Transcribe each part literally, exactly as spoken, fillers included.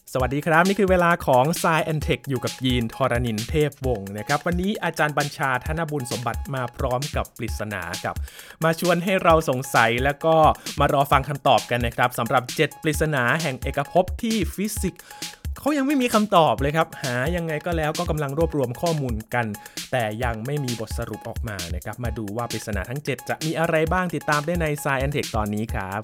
สวัสดีครับนี่คือเวลาของ Science แอนด์ Tech อยู่กับยีนทรณินเทพวงศ์นะครับวันนี้อาจารย์บัญชาธนบุญสมบัติมาพร้อมกับปริศนากับมาชวนให้เราสงสัยแล้วก็มารอฟังคำตอบกันนะครับสำหรับเจ็ดปริศนาแห่งเอกภพที่ฟิสิกส์เขายังไม่มีคำตอบเลยครับหายังไงก็แล้วก็กำลังรวบรวมข้อมูลกันแต่ยังไม่มีบทสรุปออกมานะครับมาดูว่าปริศนาทั้งเจ็ดจะมีอะไรบ้างติดตามได้ใน Science แอนด์ Tech ตอนนี้ครับ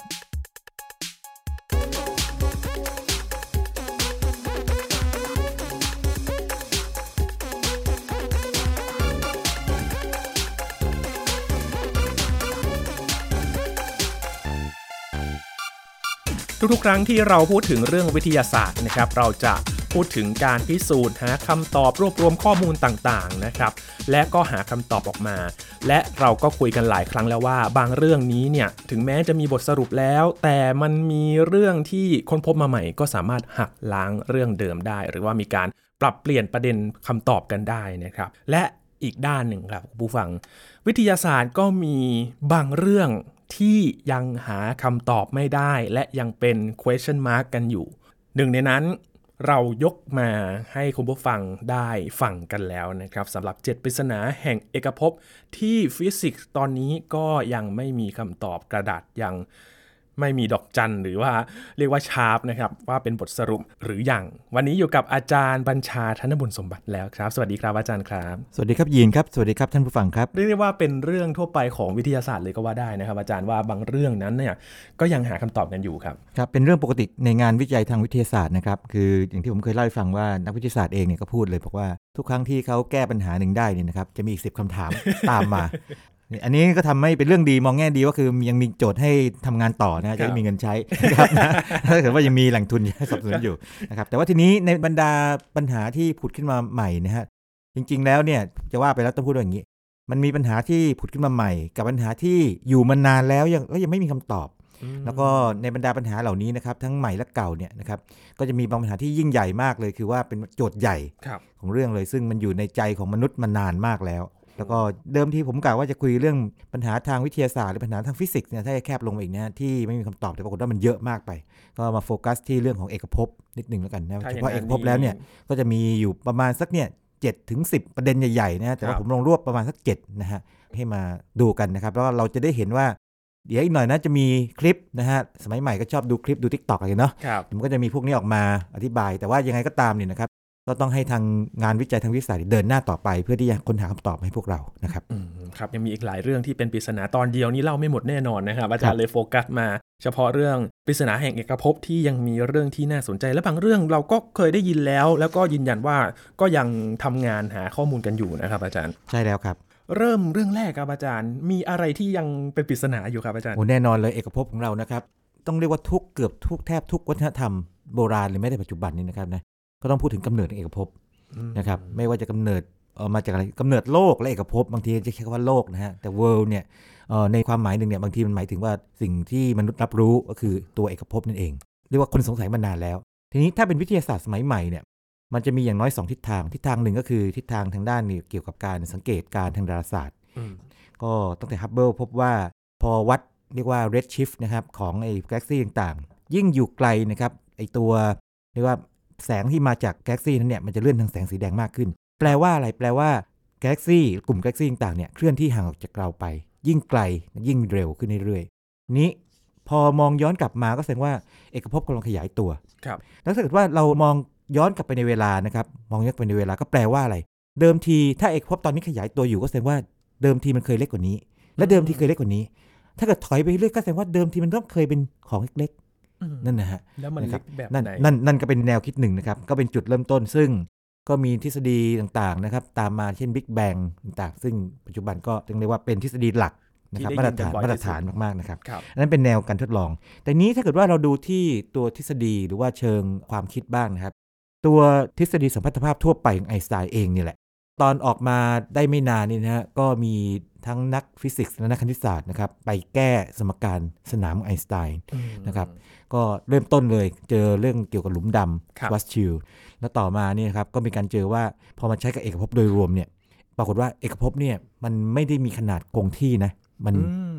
ทุกๆครั้งที่เราพูดถึงเรื่องวิทยาศาสตร์นะครับเราจะพูดถึงการพิสูจน์หาคำตอบรวบรวมข้อมูลต่างๆนะครับและก็หาคำตอบออกมาและเราก็คุยกันหลายครั้งแล้วว่าบางเรื่องนี้เนี่ยถึงแม้จะมีบทสรุปแล้วแต่มันมีเรื่องที่ค้นพบมาใหม่ก็สามารถหักล้างเรื่องเดิมได้หรือว่ามีการปรับเปลี่ยนประเด็นคำตอบกันได้นะครับและอีกด้านหนึ่งครับผู้ฟังวิทยาศาสตร์ก็มีบางเรื่องที่ยังหาคำตอบไม่ได้และยังเป็น question mark กันอยู่หนึ่งในนั้นเรายกมาให้คุณผู้ฟังได้ฟังกันแล้วนะครับสำหรับเจ็ดปริศนาแห่งเอกภพที่ฟิสิกส์ตอนนี้ก็ยังไม่มีคำตอบกระดาษยังไม่มีดอกจันหรือว่าเรียกว่าชาร์ปนะครับว่าเป็นบทสรุปหรือยังวันนี้อยู่กับอาจารย์บัญชาธนบุญสมบัติแล้วครับสวัสดีครับอาจารย์ครับสวัสดีครับยีนครับสวัสดีครับท่านผู้ฟังครับเรียกได้ว่าเป็นเรื่องทั่วไปของวิทยาศาสตร์เลยก็ว่าได้นะครับอาจารย์ว่าบางเรื่องนั้นเนี่ยก็ยังหาคำตอบกันอยู่ครับครับเป็นเรื่องปกติในงานวิจัยทางวิทยาศาสตร์นะครับคืออย่างที่ผมเคยเล่าให้ฟังว่านักวิทยาศาสตร์เองเนี่ยก็พูดเลยบอกว่าทุกครั้งที่เขาแก้ปัญหาหนึ่งได้เนี่ยนะครับจะมีอีกสิบคำถาม ตามมาอันนี้ก็ทำให้เป็นเรื่องดีมองแง่ดีว่าคือยังมีโจทย์ให้ทำงานต่อนะจะได้มีเงินใช้ครับนะถ้าเกิดว่ายังมีแหล่งทุนสนับสนุนอยู่นะครับแต่ว่าทีนี้ในบรรดาปัญหาที่ผุดขึ้นมาใหม่นะฮะจริงๆแล้วเนี่ยจะว่าไปแล้วต้องพูดอย่างนี้มันมีปัญหาที่ผุดขึ้นมาใหม่กับปัญหาที่อยู่มานานแล้วยังก็ยังไม่มีคำตอบแล้วก็ในบรรดาปัญหาเหล่านี้นะครับทั้งใหม่และเก่าเนี่ยนะครับก็จะมีบางปัญหาที่ยิ่งใหญ่มากเลยคือว่าเป็นโจทย์ใหญ่ของเรื่องเลยซึ่งมันอยู่ในใจของมนุษย์มานานมากแล้วแล้วก็เดิมที่ผมกล่าวว่าจะคุยเรื่องปัญหาทางวิทยาศาสตร์หรือปัญหาทางฟิสิกส์เนี่ยถ้าจะแคบลงอีกนะที่ไม่มีคำตอบแต่ปรากฏว่ามันเยอะมากไปก็มาโฟกัสที่เรื่องของเอกภพนิดนึงแล้วกันนะเฉพาะเอกภพแล้วเนี่ยก็จะมีอยู่ประมาณสักเนี่ยเจ็ดถึงสิบประเด็นใหญ่ๆนะแต่ว่าผมลองรวบประมาณสักเจ็ดนะฮะให้มาดูกันนะครับแล้วเราจะได้เห็นว่าเดี๋ยวอีกหน่อยนะจะมีคลิปนะฮะสมัยใหม่ก็ชอบดูคลิปดู TikTok อะไรเนาะมันก็จะมีพวกนี้ออกมาอธิบายแต่ว่ายังไงก็ตามเนี่ยนะครับก็ต้องให้ทางงานวิจัยทางวิทยาศาสตร์เดินหน้าต่อไปเพื่อที่จะค้นหาคำตอบให้พวกเรานะครับอืมครับยังมีอีกหลายเรื่องที่เป็นปริศนาตอนเดียวนี้เล่าไม่หมดแน่นอนนะครับอาจารย์เลยโฟกัสมาเฉพาะเรื่องปริศนาแห่งเอกภพที่ยังมีเรื่องที่น่าสนใจและบางเรื่องเราก็เคยได้ยินแล้วแล้วก็ยืนยันว่าก็ยังทำงานหาข้อมูลกันอยู่นะครับอาจารย์ใช่แล้วครับเริ่มเรื่องแรกครับอาจารย์มีอะไรที่ยังเป็นปริศนาอยู่ครับอาจารย์โอ้แน่นอนเลยเอกภพของเรานะครับต้องเรียกว่าทุกเกือบทุกแทบทุกวัฒนธรรมโบราณหรือแม้แต่ปัจจุบันนี้นะครับนะก็ต้องพูดถึงกำเนิดเอกภพนะครับไม่ว่าจะกำเนิดเอ่อมาจากอะไรกำเนิดโลกและเอกภพบางทีจะใช้คำว่าโลกนะฮะแต่ world เนี่ยเอ่อในความหมายหนึ่งเนี่ยบางทีมันหมายถึงว่าสิ่งที่มนุษย์รับรู้ก็คือตัวเอกภพนั่นเองเรียกว่าคนสงสัยมานานแล้วทีนี้ถ้าเป็นวิทยาศาสตร์สมัยใหม่เนี่ยมันจะมีอย่างน้อยสองทิศทางทิศทางหนึ่งก็คือทิศทางทางด้านนี่เกี่ยวกับการสังเกตการทางดาราศาสตร์ก็ตั้งแต่ฮับเบิลพบว่าพอวัดเรียกว่า redshift นะครับของไอ้กาแล็กซี่ต่างๆยิ่งอยู่ไกลนะครับไอ้ตัวเรียกว่าแสงที่มาจากกาแล็กซี่นั้นเนี่ยมันจะเลื่อนทางแสงสีแดงมากขึ้นแปลว่าอะไรแปลว่ากาแล็กซี่กลุ่มกาแล็กซี่ต่างๆเนี่ยเคลื่อนที่ห่างออกจากเราไปยิ่งไกลยิ่งเร็วขึ้นเรื่อยๆนี้พอมองย้อนกลับมาก็แสดงว่าเอกภพกำลังขยายตัวครับแล้วถ้าเกิดว่าเรามองย้อนกลับไปในเวลานะครับมองย้อนกลับไปในเวลาก็แปลว่าอะไรเดิมทีถ้าเอกภพตอนนี้ขยายตัวอยู่ก็แสดงว่าเดิมทีมันเคยเล็กกว่านี้และเดิมทีเคยเล็กกว่านี้ถ้าเกิดถอยไปเรื่อยก็แสดงว่าเดิมทีมันต้องเคยเป็นของเล็กๆนั่นนะฮะแล้วมันเล็กแบบไหนนั่นนั่นก็เป็นแนวคิดหนึ่งนะครับก็เป็นจุดเริ่มต้นซึ่งก็มีทฤษฎีต่างๆนะครับตามมาเช่น Big Bang ต่างๆซึ่งปัจจุบันก็ต้องเรียกว่าเป็นทฤษฎีหลักนะครับมาตรฐานมาตรฐานมากๆนะครับนั่นเป็นแนวการทดลองแต่นี้ถ้าเกิดว่าเราดูที่ตัวทฤษฎีหรือว่าเชิงความคิดบ้างนะครับตัวทฤษฎีสัมพัทธภาพทั่วไปของไอน์สไตน์เองนี่แหละตอนออกมาได้ไม่นานนี่นะฮะก็มีทั้งนักฟิสิกส์และนักคณิตศาสตร์นะครับไปแก้สมการสนามไอน์สไตน์นะครับก็เริ่มต้นเลยเจอเรื่องเกี่ยวกับหลุมดำสวัสชิลแล้วต่อมานี่ครับก็มีการเจอว่าพอมาใช้กับเอกภพโดยรวมเนี่ยปรากฏว่าเอกภพเนี่ยมันไม่ได้มีขนาดคงที่นะมัน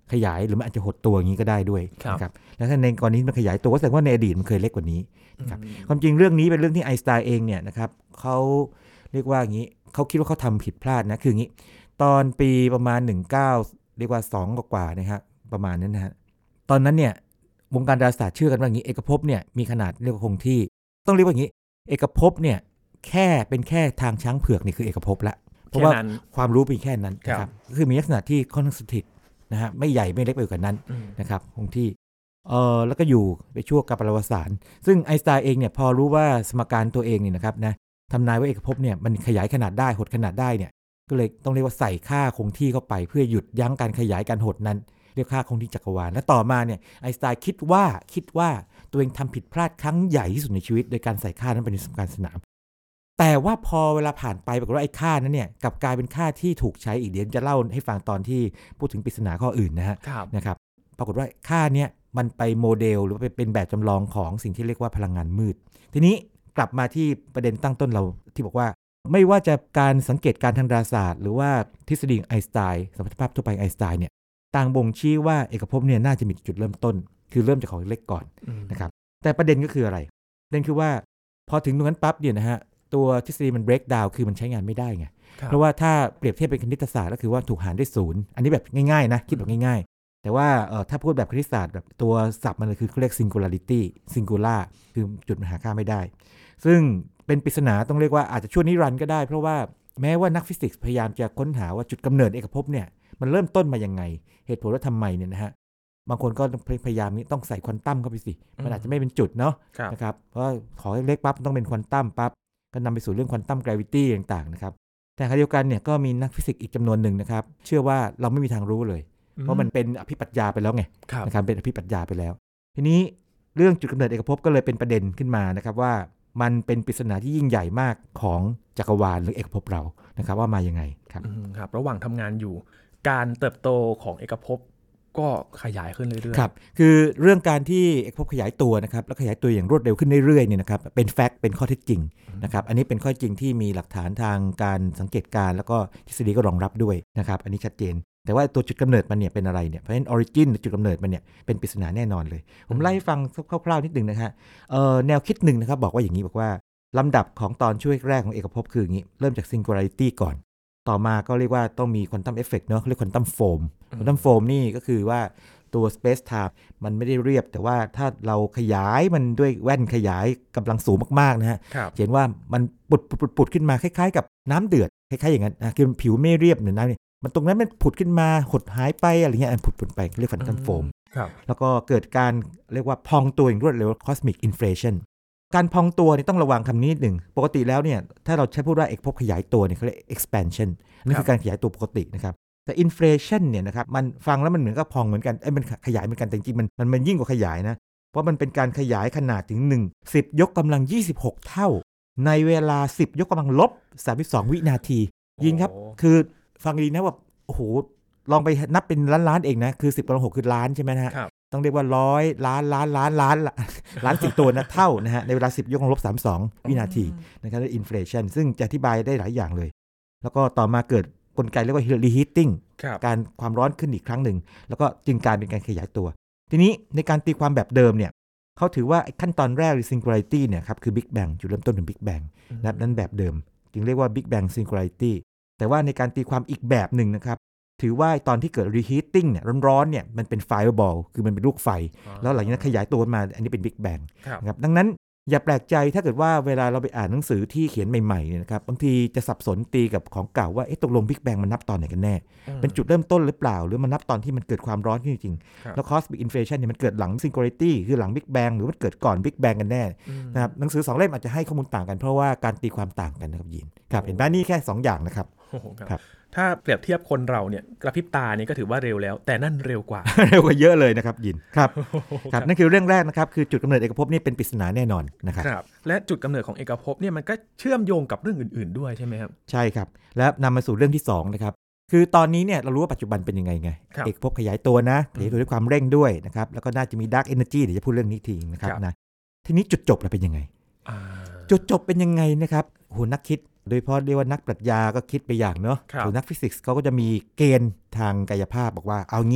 ขยายหรือมันอาจจะหดตัวอย่างนี้ก็ได้ด้วยนะครับแล้วถ้าในกรณีมันขยายตัวก็แสดงว่าในอดีตมันเคยเล็กกว่านี้นะครับความจริงเรื่องนี้เป็นเรื่องที่ไอน์สไตน์เองเนี่ยนะครับเขาเรียกว่าอย่างนี้เขาคิดว่าเขาทำผิดพลาดนะคืออย่างนี้ตอนปีประมาณหนึ่งเก้าเรียกว่าสองกว่าๆนะครับประมาณนั้นนะฮะตอนนั้นเนี่ยวงการดาราศาสตร์เชื่อกันว่าอย่างนี้เอกภพเนี่ยมีขนาดเรียกว่าคงที่ต้องเรียกว่าอย่างนี้เอกภพเนี่ยแค่เป็นแค่ทางช้างเผือกนี่คือเอกภพละเพราะว่าความรู้เป็นแค่นั้นนะครับก็คือมีลักษณะที่ค่อนข้างสถิตนะฮะไม่ใหญ่ไม่เล็กไปกว่านั้นนะครับคงที่เออแล้วก็อยู่ไปชั่วกาลปวสานซึ่งไอน์สไตน์เองเนี่ยพอรู้ว่าสมการตัวเองเนี่ยนะครับนะทำนายว่าเอกภพเนี่ยมันขยายขนาดได้หดขนาดได้เนี่ยก็เลยต้องเรียกว่าใส่ค่าคงที่เข้าไปเพื่อหยุดยั้งการขยายการหดนั้นเรียกค่าคงที่จักรวาลและต่อมาเนี่ยไอน์สไตน์คิดว่าคิดว่าตัวเองทำผิดพลาดครั้งใหญ่ที่สุดในชีวิตโดยการใส่ค่านั้นเป็นสมการสนามแต่ว่าพอเวลาผ่านไปปรากฏว่าไอ้ค่านั้นเนี่ยกลับกลายเป็นค่าที่ถูกใช้อีกเดี๋ยวจะเล่าให้ฟังตอนที่พูดถึงปริศนาข้ออื่นนะฮะนะครับปรากฏว่าค่านี้มันไปโมเดลหรือไปเป็นแบบจำลองของสิ่งที่เรียกว่าพลังงานมืดทีนี้กลับมาที่ประเด็นตั้งต้นเราที่บอกว่าไม่ว่าจะการสังเกตการทางดาราศาสตร์หรือว่าทฤษฎีไอน์สไตน์สมรรถภาพทั่วไปไอน์สไตน์เนี่ยต่างบ่งชี้ว่าเอกภพเนี่ยน่าจะมีจุดเริ่มต้นคือเริ่มจากของเล็กก่อนนะครับแต่ประเด็นก็คืออะไรประเด็นคือว่าพอถึงตรงนั้นปั๊บเนี่ยนะฮะตัวทฤษฎีมัน break down คือมันใช้งานไม่ได้ไงเพราะว่าถ้าเปรียบเทียบเป็นคณิตศาสตร์ก็คือว่าถูกหารด้วยศูนย์อันนี้แบบง่ายๆนะคิดแบบง่ายๆแต่ว่าเอ่อถ้าพูดแบบคณิตศาสตร์แบบตัวศัพท์มันเลยคือเขาเรียก singularity singular คือจุดมันหาค่าไม่ได้ซึ่งเป็นปริศนาต้องเรียกว่าอาจจะชั่วนิรันดร์ก็ได้เพราะว่าแม้ว่านักฟิสิกส์พยายามจะค้นหาว่าจุดกำเนิดเอกภพเนี่ยมันเริ่มต้นมายังไงเหตุผลว่าทำไมเนี่ยนะฮะบางคนก็พยายามนี้ต้องใส่ควอนตัมเข้าไปสิมันอาจจะไม่เป็นจุดเนาะนะครับเพราะขอเล็กปั๊บต้องเป็นควอนตัมปั๊บก็นำไปสู่เรื่องควอนตัมกราวิตี้ต่างๆนะครับแต่ขณะเดียวกันเนี่ยก็มีนักฟิสิกส์อีกจำนวนหนึ่งนะครับเชื่อว่าเราไม่มีทางรู้เลยเพราะมันเป็นอภิปรัชญาไปแล้วไงนะครับเป็นอภิปรัชญาไปแล้วทีนี้เรื่องจุดกำเนิดเอกภพก็เลยเป็นประเด็นขึ้นมานะครับว่ามันเป็นปริศนาที่ยิ่งใหญ่มากของจักรวาลหรือเอกภพเรานะครับว่ามายังไงครับครับระหว่างทำงานอยู่การเติบโตของเอกภพก็ขยายขึ้นเรื่อยๆครับคือเรื่องการที่เอกภพขยายตัวนะครับแล้วขยายตัวอย่างรวดเร็วขึ้นเรื่อยๆเนี่ยนะครับเป็นแฟกต์เป็นข้อเท็จจริงนะครับอันนี้เป็นข้อจริงที่มีหลักฐานทางการสังเกตการแล้วก็ทฤษฎีก็รองรับด้วยนะครับอันนี้ชัดเจนแต่ว่าตัวจุดกำเนิดมันเนี่ยเป็นอะไรเนี่ยเพราะฉะนั้นออริจินหรือจุดกำเนิดมันเนี่ยเป็นปริศนาแน่นอนเลยผมไล่ให้ฟังคร่าวๆนิดนึงนะฮะเอ่อแนวคิดหนึ่งนะครับบอกว่าอย่างนี้บอกว่าลำดับของตอนช่วงแรกของเอกภพคืออย่างนี้เริ่มจาก singularity ก่อนต่อมาก็เรียกว่าต้องมีควอนตัมเอฟเฟกต์เนาะเรียกควอนตัมโฟมควอนตัมโฟมนี่ก็คือว่าตัว space time มันไม่ได้เรียบแต่ว่าถ้าเราขยายมันด้วยแว่นขยายกำลังสูงมากๆนะฮะเห็นว่ามันปุดปุดปุดขึ้นมาคล้ายๆกับน้ำเดือดคล้ายๆอย่างนั้นนะคือผิวไม่เรียบเหมือนน้ำเนี่ยมันตรงนั้นมันผุดขึ้นมาหดหายไปอะไรเงี้ยผุดผุดไปเรียกควอนตัมโฟมแล้วก็เกิดการเรียกว่าพองตัวอย่างรวดเร็ว cosmic inflation การพองตัวนี่ต้องระวังคำนี้นิดหนึ่งปกติแล้วเนี่ยถ้าเราใช้พูดว่าเอกภพขยายตัวเนี่ยเขาเรียก expansion นั่นคือการขยายตัวปกตินะครับแต่ inflation เนี่ยนะครับมันฟังแล้วมันเหมือนกับพองเหมือนกันเอ้ยมันขยายเหมือนกันแต่จริงๆมันมันมันยิ่งกว่าขยายนะเพราะมันเป็นการขยายขนาดถึงหนึ่ง สิบยกกำลังยี่สิบหกเท่าในเวลาสิบยกกำลังลบสามสิบสองวินาทียิงครับคือฟังดีนะว่าโอ้โหลองไปนับเป็นล้านๆเองนะคือสิบกำลังหกคือล้านใช่ไหมนะฮะต้องเรียกว่าร้อยล้านล้านล้านล้านล้านสิบตัวนะเท่านะฮะในเวลาสิบยกกำลังลบสามสิบสองวินาทีนะครับด้วย inflation ซึ่งจะอธิบายได้หลายอย่างเลยแล้วก็ต่อมาเกิดกลไกเรียกว่า reheating การความร้อนขึ้นอีกครั้งหนึ่งแล้วก็จึงกลายเป็นการขยายตัวทีนี้ในการตีความแบบเดิมเนี่ยเขาถือว่าขั้นตอนแรกหรือ singularity เนี่ยครับคือ Big Bang จุดเริ่มต้นของ Big Bang นะนั่นแบบเดิมจึงเรียกว่า Big Bang singularity แต่ว่าในการตีความอีกแบบหนึ่งนะครับถือว่าตอนที่เกิด reheating เนี่ยร้อนๆเนี่ยมันเป็น fireball คือมันเป็นลูกไฟแล้วหลังจากนั้นขยายตัวมาอันนี้เป็น Big Bang นะครับดังนั้นอย่าแปลกใจถ้าเกิดว่าเวลาเราไปอ่านหนังสือที่เขียนใหม่ๆเนี่ยนะครับบางทีจะสับสนตีกับของเก่าว่าเอ๊ะตกลง Big Bang มันนับตอนไหนกันแน่เป็นจุดเริ่มต้นหรือเปล่าหรือมันนับตอนที่มันเกิดความร้อนขึ้นจริงๆแล้ว cosmic inflation เนี่ยมันเกิดหลัง singularity คือหลัง Big Bang หรือมันเกิดก่อน Big Bang กันแน่นะครับหนังสือสองเล่มอาจจะให้ข้อมูลต่างกันเพราะว่าการตีความต่างกันนะครับยินครับเห็นไหมนี่แค่สองอย่างนะครับครับถ้าเปรียบเทียบคนเราเนี่ยกระพริบตานี่ก็ถือว่าเร็วแล้วแต่นั่นเร็วกว่าเร็วกว่าเยอะเลยนะครับยินครับครับนั่นคือเรื่องแรกนะครับคือจุดกำเนิดเอกภพนี่เป็นปริศนาแน่นอนนะครับครับและจุดกำเนิดของเอกภพเนี่ยมันก็เชื่อมโยงกับเรื่องอื่นๆด้วยใช่ไหมครับใช่ครับและนำมาสู่เรื่องที่สองนะครับคือตอนนี้เนี่ยเรารู้ว่าปัจจุบันเป็นยังไงไงเอกภพขยายตัวนะขยายตัวด้วยความเร่งด้วยนะครับแล้วก็น่าจะมี dark energy เดี๋ยวจะพูดเรื่องนี้ทีนะครับนะทีนี้จุดจบเราเป็นยังไงจุดจบเป็นยังไงนะครับโหนักคิดโดยเฉพาะเรียกว่านักปรัชญาก็คิดไปอย่างเนาะส่วนนักฟิสิกส์เขาก็จะมีเกณฑ์ทางกายภาพบอกว่าเอางี้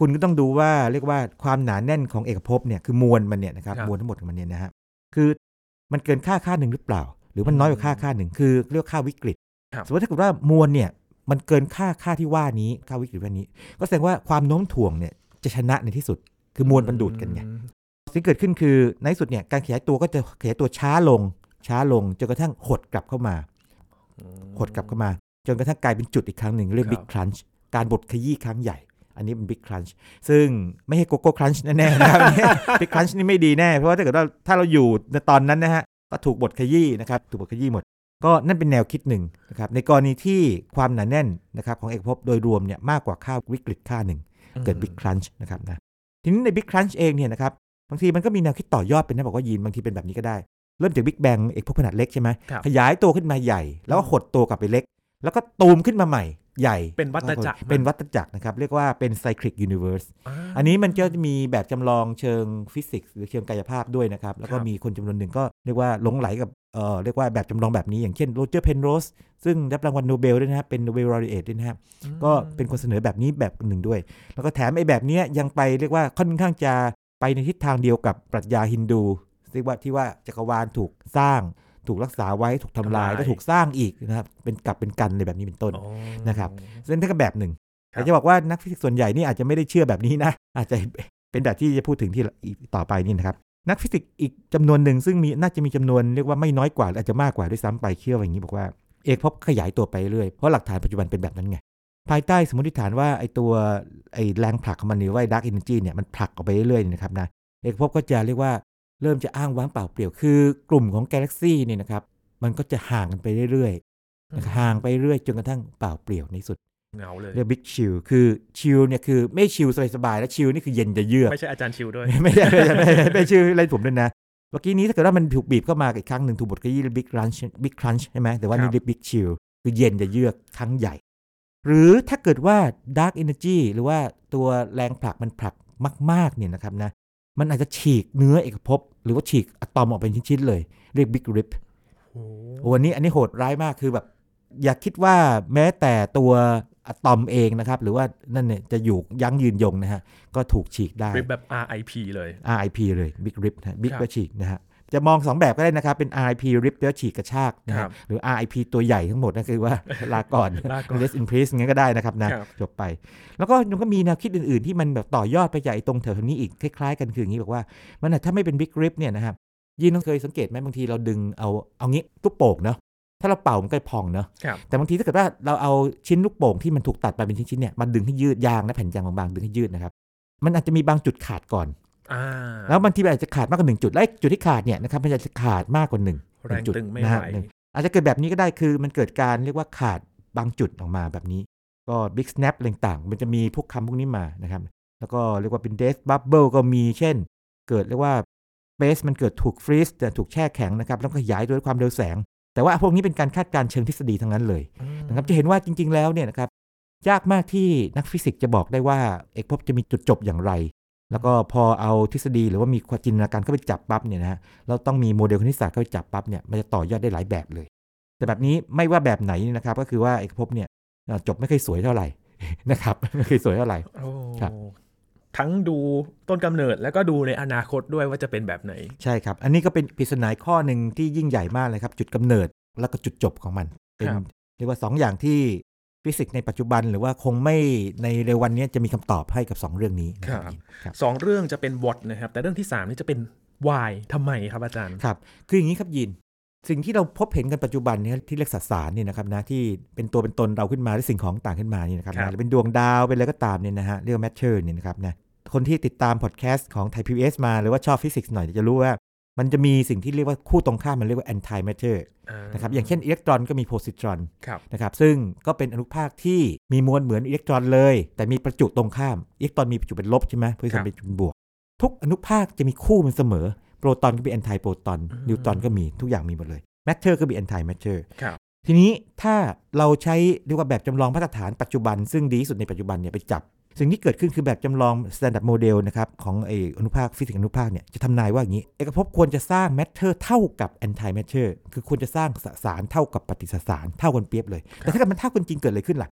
คุณก็ต้องดูว่าเรียกว่าความหนาแน่นของเอกภพเนี่ยคือมวลมันเนี่ยนะครับมวลทั้งหมดของมันเนี่ยนะฮะคือมันเกินค่าค่าหนึ่งหรือเปล่าหรือมันน้อยกว่าค่าค่าหนึ่งคือเรียกค่าวิกฤตสมมติถ้าเกิดว่ามวลเนี่ยมันเกินค่าค่าที่ว่านี้ค่าวิกฤตว่านี้ก็แสดงว่าความโน้มถ่วงเนี่ยจะชนะในที่สุดคือมวลมันดูดกันไงสิ่งเกิดขึ้นคือในที่สุดเนี่ยการขยายตัวก็จะขยายตัวช้าลงช้าลงจนกระทั่งหดกลับเข้ามาหดกลับเข้ามาจนกระทั่งกลายเป็นจุดอีกครั้งหนึ่งเรียกบิ๊กครันช์การบดขยี้ครั้งใหญ่อันนี้เป็นบิ๊กครันช์ซึ่งไม่ให้โกโก้ครันช์แน่ๆนะครับบิ๊กครันช์นี่ไม่ดีแน่เพราะว่าถ้าเกิดว่าถ้าเราอยู่ในตอนนั้นนะฮะก็ถูกบดขยี้นะครับถูกบดขยี้หมดก็นั่นเป็นแนวคิดหนึ่งนะครับในกรณีที่ความหนาแน่นนะครับของเอกภพโดยรวมเนี่ยมากกว่าค่าวิกฤตค่าหนึ่งเกิดบิ๊กครันช์นะครับนะทีนี้ในบิ๊กครันช์เองเนี่ยนะครับบางทีมันก็มีแนวคิดต่อยอดเป็นนะบอกว่ายีนบางทีเป็นแบบนี้ก็ได้เริ่มจากบิ๊กแบงเอกภพขนาดเล็กใช่ไหมขยายตัวขึ้นมาใหญ่แล้วก็หดตัวกลับไปเล็กแล้วก็ตูมขึ้นมาใหม่ใหญ่เป็นวัฏจักรเป็นวัฏจักรนะครับเรียกว่าเป็นไซคลิกยูนิเวอร์สอันนี้มันก็จะมีแบบจำลองเชิงฟิสิกส์หรือเชิงกายภาพด้วยนะครับแล้วก็มีคนจำนวนหนึ่งก็เรียกว่าหลงไหลกับเอ่อเรียกว่าแบบจำลองแบบนี้อย่างเช่นโรเจอร์เพนโรสซึ่งได้รางวัลโนเบลด้วยนะครับเป็นโนเบลลอเรตด้วยนะครับก็เป็นคนเสนอแบบนี้แบบหนึ่งด้วยแล้วก็แถมไอ้แบบนี้ยังไปเรียกว่าค่อนข้างจะไปในทิศทางเดียวกับปรัชญาฮินดูเรียกว่าที่ว่าจักรวาลถูกสร้างถูกรักษาไว้ถูกทำลายแล้วถูกสร้างอีกนะครับเป็นกลับเป็นกันเลยแบบนี้เป็นต้นนะครับซึ่งนั่นก็แบบหนึ่งแต่จะบอกว่านักฟิสิกส์ส่วนใหญ่นี่อาจจะไม่ได้เชื่อแบบนี้นะอาจจะเป็นแบบที่จะพูดถึงที่ต่อไปนี่นะครับนักฟิสิกส์อีกจำนวนหนึ่งซึ่งมีน่าจะมีจำนวนเรียกว่าไม่น้อยกว่าอาจจะมากกว่าด้วยซ้ำไปเชื่ออย่างนี้บอกว่าเอกภพขยายตัวไปเรื่อยเพราะหลักฐานปัจจุบันเป็นแบบนั้นไงภายใต้สมมติฐานว่าไอ้ตัวไอ้แรงผลักของมันหรือว่าดาร์กเอเนอร์จีเนี่ยมันผลักออกไปเรื่อยๆนะครับนะเอกภพก็จะเรียกว่าเริ่มจะอ้างว้างเปล่าเปลี่ยวคือกลุ่มของกาแล็กซี่เนี่ยนะครับมันก็จะห่างกันไปเรื่อยๆห่างไปเรื่อยจนกระทั่งเปล่าเปลี่ยวในสุดเหงาเลยเรียกบิ๊กชิลคือชิลเนี่ยคือไม่ชิลสบายๆแล้วชิลนี่คือเย็นจะเยือกไม่ใช่อาจารย์ชิลด้วยไม่ใช่ไม่ไม่ชื่อเล่นผมด้วยนะเมื่อกี้นี้ถ้าเกิดว่ามันถูกบีบเข้ามาอีกครั้งหนึ่งถูกบดขยี้บิ๊กครันช์บิ๊กครันช์ใช่ไหมแต่ว่านี่เรียกบิ๊กชิลคือเย็นจะเยือกครั้งใหญ่หรือถ้าเกิดว่าดาร์กเอเนอร์จีหรือว่าตัวแรงผลักมันผลักมากๆเนี่ยนะครับนะมันอาจจะฉีกเนื้อเอกภพหรือว่าฉีกอะตอมออกเป็นชิ้นๆเลยเรียกบิ๊กริปโอ้โหอันนี้อันนี้โหดร้ายมากคือแบบอย่าคิดว่าแม้แต่ตัวอะตอมเองนะครับหรือว่านั่นเนี่ยจะอยู่ยั้งยืนยงนะฮะก็ถูกฉีกได้ริปแบบ อาร์ ไอ พี เลยอาร์ ไอ พี เลยบิ๊กริปนะบิ๊กก็ฉีกนะฮะจะมองสองแบบก็ได้นะครับเป็น อาร์ ไอ พี ริปแล้วฉีกกระชากนะฮะหรือ อาร์ ไอ พี ตัวใหญ่ทั้งหมดนั่นคือว่าลาก่อน rest in peace งั้นก็ได้นะครับนะจบไปแล้วก็ยังก็มีแนวคิดอื่นๆที่มันแบบต่อยอดไปจากตรงแถวนี้อีกคล้ายๆกันคืออย่างนี้บอกว่ามันถ้าไม่เป็นบิ๊กริปเนี่ยนะครับยินต้องเคยสังเกตไหมบางทีเราดึงเอาเอางี้ลูกโป่งเนาะถ้าเราเป่ามันก็พองเนาะแต่บางทีถ้าเกิดว่าเราเอาชิ้นลูกโป่งที่มันถูกตัดไปเป็นชิ้นๆเนี่ยมาดึงให้ยืดยางและแผ่นยางบางๆดึงให้ยืดนะครับมันอาจจะมีบางจุดขาดก่อนแล้วบางทีอาจจะขาดมากกว่าหนึ่งจุดและจุดที่ขาดเนี่ยนะครับมันจะขาดมากกว่าหนึ่งแรงตึงไม่ไหวอาจจะเกิดแบบนี้ก็ได้คือมันเกิดการเรียกว่าขาดบางจุดออกมาแบบนี้ก็ big snap อะไรต่างๆมันจะมีพวกคำพวกนี้มานะครับแล้วก็เรียกว่าเป็น death bubble ก็มีเช่นเกิดเรียกว่า space มันเกิดถูก freeze แต่ถูกแช่แข็งนะครับแล้วขยายด้วยความเร็วแสงแต่ว่าพวกนี้เป็นการคาดการณ์เชิงทฤษฎีทั้งนั้นเลยนะครับจะเห็นว่าจริงๆแล้วเนี่ยนะครับยากมากที่นักฟิสิกส์จะบอกได้ว่าเอกภพจะมีจุดจบอย่างไรแล้วก็พอเอาทฤษฎีหรือว่ามีความจินตนาการเข้าไปจับปั๊บเนี่ยนะฮะเราต้องมีโมเดลคณิตศาสตร์เข้าไปจับปั๊บเนี่ยมันจะต่อยอดได้หลายแบบเลยแต่แบบนี้ไม่ว่าแบบไหนนะครับก็คือว่าเอกภพเนี่ยจบไม่เคยสวยเท่าไหร่นะครับไม่เคยสวยเท่าไหร่ครับทั้งดูต้นกำเนิดแล้วก็ดูในอนาคตด้วยว่าจะเป็นแบบไหนใช่ครับอันนี้ก็เป็นปริศนาข้อหนึ่งที่ยิ่งใหญ่มากเลยครับจุดกำเนิดแล้วก็จุดจบของมันเป็นเรียกว่าสองอย่างที่ฟิสิกส์ในปัจจุบันหรือว่าคงไม่ในเร็ววันนี้จะมีคำตอบให้กับสองเรื่องนี้ครับสองเรื่องจะเป็น what นะครับแต่เรื่องที่สามนี่จะเป็น why ทำไมครับอาจารย์ครับคืออย่างนี้ครับยินสิ่งที่เราพบเห็นกันปัจจุบันนี้ที่เรียกสสารนี่นะครับนะที่เป็นตัวเป็นตนเราขึ้นมาหรือสิ่งของต่างขึ้นมานี่นะครับนะหรือเป็นดวงดาวเป็นอะไรก็ตามเนี่ยนะฮะเรียกว่า matter เนี่ยนะครับนะคนที่ติดตามพอดแคสต์ของ Thai พี บี เอส มาหรือว่าชอบฟิสิกส์หน่อยจะรู้ว่ามันจะมีสิ่งที่เรียกว่าคู่ตรงข้ามมันเรียกว่า anti matter นะครับอย่างเช่นอิเล็กตรอนก็มีโพซิตรอนนะครับซึ่งก็เป็นอนุภาคที่มีมวลเหมือนอิเล็กตรอนเลยแต่มีประจุตรงข้ามอิเล็กตรอนมีประจุเป็นลบใช่ไหมโพซิตรอนเป็นบวกทุกอนุภาคจะมีคู่มันเสมอโปรตอนก็มี anti โปรตอนนิวตรอนก็มีทุกอย่างมีหมดเลย matter ก็มี anti matter ทีนี้ถ้าเราใช้เรียกว่าแบบจำลองมาตรฐานปัจจุบันซึ่งดีที่สุดในปัจจุบันเนี่ยไปจับสิ่งที่เกิดขึ้นคือแบบจำลอง standard model นะครับของไออนุภาคฟิสิกส์อนุภาคเนี่ยจะทำนายว่าอย่างนี้เอกภพควรจะสร้าง matter เท่ากับ anti matter คือควรจะสร้างสสารเท่ากับปฏิสสารเท่ากันเปรียบเลยแต่ถ้าเกิดมันเท่ากันจริงเกิดอะไรขึ้นล่ะ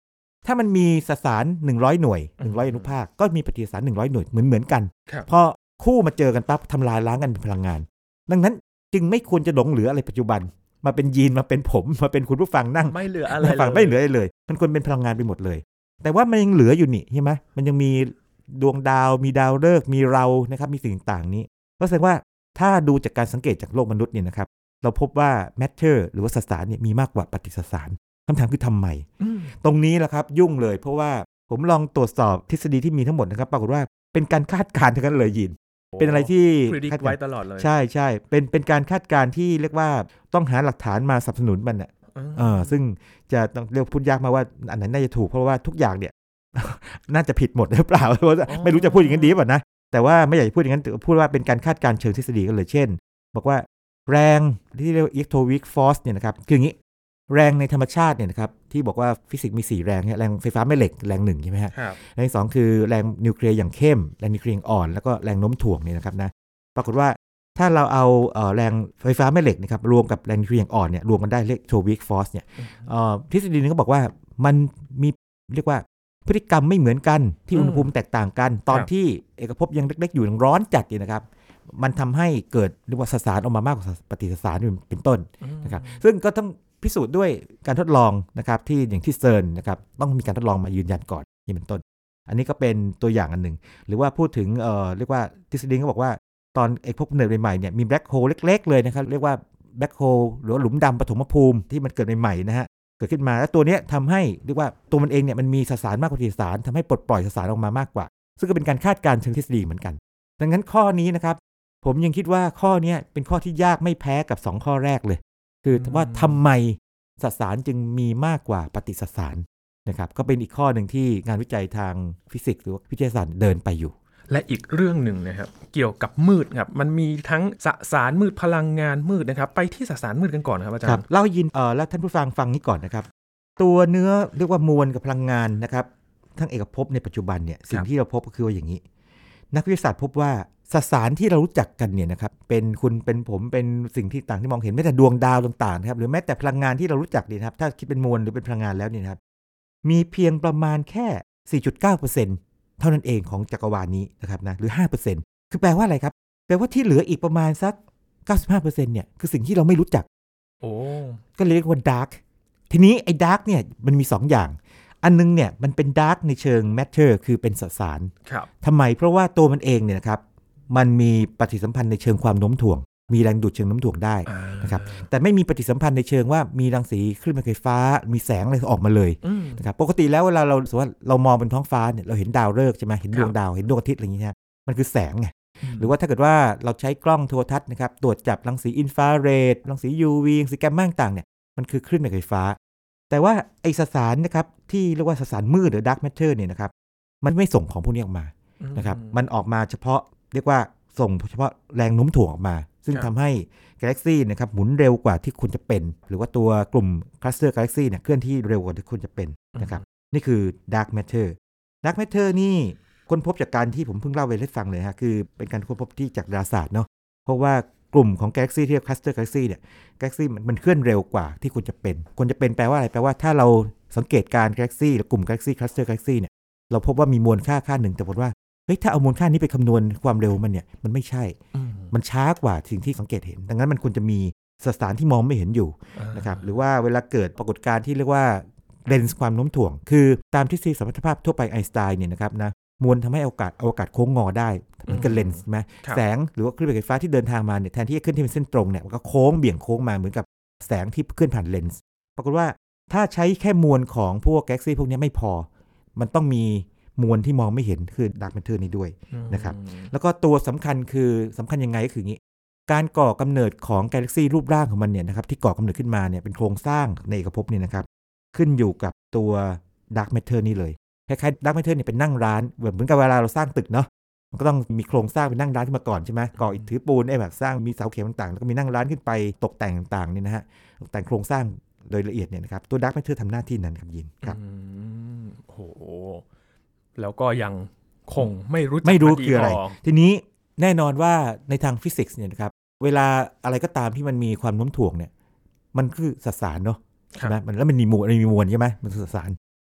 ถ้ามันมีสสารหนึ่งร้อยหน่วยหนึ่งร้อยอนุภาคก็มีปฏิกิริยาสารหนึ่งร้อยหน่วยเหมือนๆกันพอคู่มาเจอกันปั๊บทำลายล้างกันเป็นพลังงานดังนั้นจึงไม่ควรจะหลงเหลืออะไรปัจจุบันมาเป็นยีนมาเป็นผมมาเป็นคุณผู้ฟังนั่งไม่เหลืออะไรเลยไม่เหลืออะไรเลยมันควรเป็นพลังงานไปหมดเลยแต่ว่ามันยังเหลืออยู่นี่ใช่ไหมมันยังมีดวงดาวมีดาวฤกษ์มีเรานะครับมีสิ่งต่างๆนี้ก็แสดงว่าถ้าดูจากการสังเกตจากโลกมนุษย์เนี่ยนะครับเราพบว่า matter หรือว่าสสารเนี่ยมีมากกว่าปฏิสารคำถามคือทำไมตรงนี้แหละครับยุ่งเลยเพราะว่าผมลองตรวจสอบทฤษฎีที่มีทั้งหมดนะครับปรากฏว่าเป็นการคาดการณ์ทั้งนั้นเลยยินเป็นอะไรที่คาดไว้ตลอดเลยใช่ใช่เป็นเป็นการคาดการณ์ที่เรียกว่าต้องหาหลักฐานมาสนับสนุนมันอ่ะเออซึ่งจะต้องเรียกพูดยากมาว่าอันไหนน่าจะถูกเพราะว่าทุกอย่างเนี่ย น่าจะผิดหมดหรือเปล่าไม่รู้จะพูดอย่างนั้นดีป่ะนะแต่ว่าไม่อยากพูดอย่างนั้นพูดว่าเป็นการคาดการณ์เชิงทฤษฎีกันเลยเช่นบอกว่าแรงที่เรียกว่า electroweak force เนี่ยนะครับคืออย่างนี้แรงในธรรมชาติเนี่ยนะครับที่บอกว่าฟิสิกส์มีสี่แรงเนี่ยแรงไฟฟ้าแม่เหล็กแรงหนึ่งใช่ไหมฮะแรงสองคือแรงนิวเคลียร์อย่างเข้มแรงนิวเคลียร์อ่อนแล้วก็แรงโน้มถ่วงเนี่ยนะครับนะปรากฏว่าถ้าเราเอาเอ่อแรงไฟฟ้าแม่เหล็กนะครับรวมกับแรงนิวเคลียร์อ่อนเนี่ยรวมกันได้เรียก electroweak force เนี่ยเอ่อทฤษฎีนึงก็บอกว่ามันมีเรียกว่าพฤติกรรมไม่เหมือนกันที่อุณหภูมิแตกต่างกันตอนที่เอกภพยังเล็กๆอยู่ยังร้อนจัดอยู่นะครับมันทำให้เกิดเรียกว่าสสารออกมามากกว่าปฏิสารเป็นต้นนะครับซึ่งก็ต้องพิสูจน์ด้วยการทดลองนะครับที่อย่างที่เซิร์นนะครับต้องมีการทดลองมายืนยันก่อนนี่เป็นต้นอันนี้ก็เป็นตัวอย่างอันหนึ่งหรือว่าพูดถึงเอ่อเรียกว่าทฤษฎีก็บอกว่าตอนไอ้พวกกำเนิดใหม่ๆเนี่ยมีแบล็คโฮลเล็กๆเลยนะครับเรียกว่าแบล็คโฮลหรือว่าหลุมดำปฐมภูมิที่มันเกิดใหม่ๆนะฮะเกิดขึ้นมาแล้วตัวนี้ทำให้เรียกว่าตัวมันเองเนี่ยมันมีสสารมากกว่าปฏิสารทำให้ปลดปล่อยสสารออกมามากกว่าซึ่งก็เป็นการคาดการณ์เชิงทฤษฎีเหมือนกันดังนั้นข้อนี้นะครับผมยังคิดว่าข้อนี้เป็นข้อที่ยากไม่แพ้กับสองข้อแรกเลยคือว่าทำไมสสารจึงมีมากกว่าปฏิสสารนะครับก็เป็นอีกข้อหนึ่งที่งานวิจัยทางฟิสิกส์หรือวิทยาศาสตร์เดินไปอยู่และอีกเรื่องหนึ่งนะครับเกี่ยวกับมืดครับมันมีทั้งสสารมืดพลังงานมืดนะครับไปที่สสารมืดกันก่อนครับอาจารย์ครับเล่ายินเอ่อแล้วท่านผู้ฟังฟังนี้ก่อนนะครับตัวเนื้อเรียกว่ามวลกับพลังงานนะครับทั้งเอกภพในปัจจุบันเนี่ยสิ่งที่เราพบก็คือว่าอย่างนี้นักวิทยาศาสตร์พบว่าสสารที่เรารู้จักกันเนี่ยนะครับเป็นคุณเป็นผมเป็นสิ่งที่ต่างที่มองเห็นแม้แต่ดวงดาวต่างๆนะครับหรือแม้แต่พลังงานที่เรารู้จักเนี่ยครับถ้าคิดเป็นมวลหรือเป็นพลังงานแล้วเนี่ยนะครับมีเพียงประมาณแค่ สี่จุดเก้าเปอร์เซ็นต์ เท่านั้นเองของจักรวาลนี้นะครับนะหรือ ห้าเปอร์เซ็นต์ คือแปลว่าอะไรครับแปลว่าที่เหลืออีกประมาณสัก เก้าสิบห้าเปอร์เซ็นต์ เนี่ยคือสิ่งที่เราไม่รู้จักโอ้ก็เรียกว่าดาร์กทีนี้ไอ้ดาร์กเนี่ยมันมีสองอย่างอันนึงเนี่ยมันเป็นดาร์กในเชิงแมทเทอร์คือเป็นสสารทำไมเพราะว่าตัวมันเองเนี่ยนะครับมันมีปฏิสัมพันธ์ในเชิงความโน้มถ่วงมีแรงดูดเชิงโน้มถ่วงได้นะครับแต่ไม่มีปฏิสัมพันธ์ในเชิงว่ามีรังสีคลื่นไฟฟ้ามีแสงอะไรออกมาเลยนะครับปกติแล้วเวลาเราสมมติว่าเรามองเป็นท้องฟ้าเนี่ยเราเห็นดาวฤกษ์ใช่ไหมเห็นดวงดาวเห็นดวงอาทิตย์อะไรอย่างเงี้ยมันคือแสงไงหรือว่าถ้าเกิดว่าเราใช้กล้องโทรทัศน์นะครับตรวจจับรังสีอินฟราเรดรังสี ยู วี รังสีแกมมาต่างๆเนี่ยมันคือคลื่นไฟฟ้าแต่ว่าไอสสารนะครับที่เรียกว่าสสารมืดหรือ dark matter เนี่ยนะครับมันไม่ส่งของพวกนี้ออกมานะครับมันออกมาเฉพาะเรียกว่าส่งเฉพาะแรงโน้มถ่วงออกมาซึ่งทำให้กาแล็กซี่นะครับหมุนเร็วกว่าที่ควรจะเป็นหรือว่าตัวกลุ่มคลัสเตอร์กาแล็กซี่เนี่ยเคลื่อนที่เร็วกว่าที่ควรจะเป็นนะครับนี่คือ dark matter dark matter นี่ค้นพบจากการที่ผมเพิ่งเล่าไปให้ฟังเลยฮะคือเป็นการค้นพบที่จากดาราศาสตร์เนาะเพราะว่ากลุ่มของกาแล็กซี่ที่เรียกคลัสเตอร์กาแล็กซี่เนี่ยกาแล็กซี่มันเคลื่อนเร็วกว่าที่ควรจะเป็นควรจะเป็นแปลว่าอะไรแปลว่าถ้าเราสังเกตการกาแล็กซี่หรือกลุ่มกาแล็กซี่คลัสเตอร์กาแล็กซี่เนี่ยเราพบว่ามีมวลค่าค่าหนึ่งแต่บอกว่าเฮ้ยถ้าเอามวลค่านี้ไปคำนวณความเร็วมันเนี่ยมันไม่ใช่มันช้ากว่าสิ่งที่สังเกตเห็นดังนั้นมันควรจะมีสสารที่มองไม่เห็นอยู่นะครับหรือว่าเวลาเกิดปรากฏการณ์ที่เรียกว่าเลนส์ความโน้มถ่วงคือตามทฤษฎีสมรรถภาพทั่วไปไอน์สไตน์เนี่ยนะครับนะมวลทำให้อวกาศอวกาศโค้งงอได้เหมือนกับเลนส์ใช่ไหมแสงหรือว่าคลื่นไฟฟ้าที่เดินทางมาเนี่ยแทนที่จะขึ้นที่เป็นเส้นตรงเนี่ยมันก็โค้งเบี่ยงโค้งมาเหมือนกับแสงที่ขึ้นผ่านเลนส์ปรากฏว่าถ้าใช้แค่มวลของพวกกาแล็กซี่พวกนี้ไม่พอมันต้องมีมวลที่มองไม่เห็นคือดาร์กแมทเทอร์นี้ด้วยนะครับแล้วก็ตัวสำคัญคือสำคัญยังไงก็คืออย่างนี้การก่อกำเนิดของกาแล็กซี่รูปร่างของมันเนี่ยนะครับที่ก่อกำเนิดขึ้นมาเนี่ยเป็นโครงสร้างในเอกภพเนี่ยนะครับขึ้นอยู่กับตัวดาร์กแมทเทอร์นี่เลยคล้ายๆดาร์กแมทเทอร์เนี่ยเป็นนั่งร้านเหมือนกับเวลาเราสร้างตึกเนาะมันก็ต้องมีโครงสร้างเป็นนั่งร้านขึ้นมาก่อนใช่ไหมก่ออิฐถือปูนไอ้แบบสร้างมีเสาเข็มต่างๆแล้วก็มีนั่งร้านขึ้นไปตกแต่งต่างๆเนี่ยนะฮะตกแต่งโครงสร้างโดยละเอียดเนี่ยนะครับตัวดาร์กแมทเทอร์ทำหน้าที่นั้นครับยินครับโหแล้วก็ยังคงไม่รู้จักไม่รู้คืออะไรทีนี้แน่นอนว่าในทางฟิสิกส์เนี่ยนะครับเวลาอะไรก็ตามที่มันมีความโน้มถ่วงเนี่ยมันคือสสารเนาะใช่ไหมมันแล้วมันมีมวลมันมีมวลใช่ไหมมันคือสสาร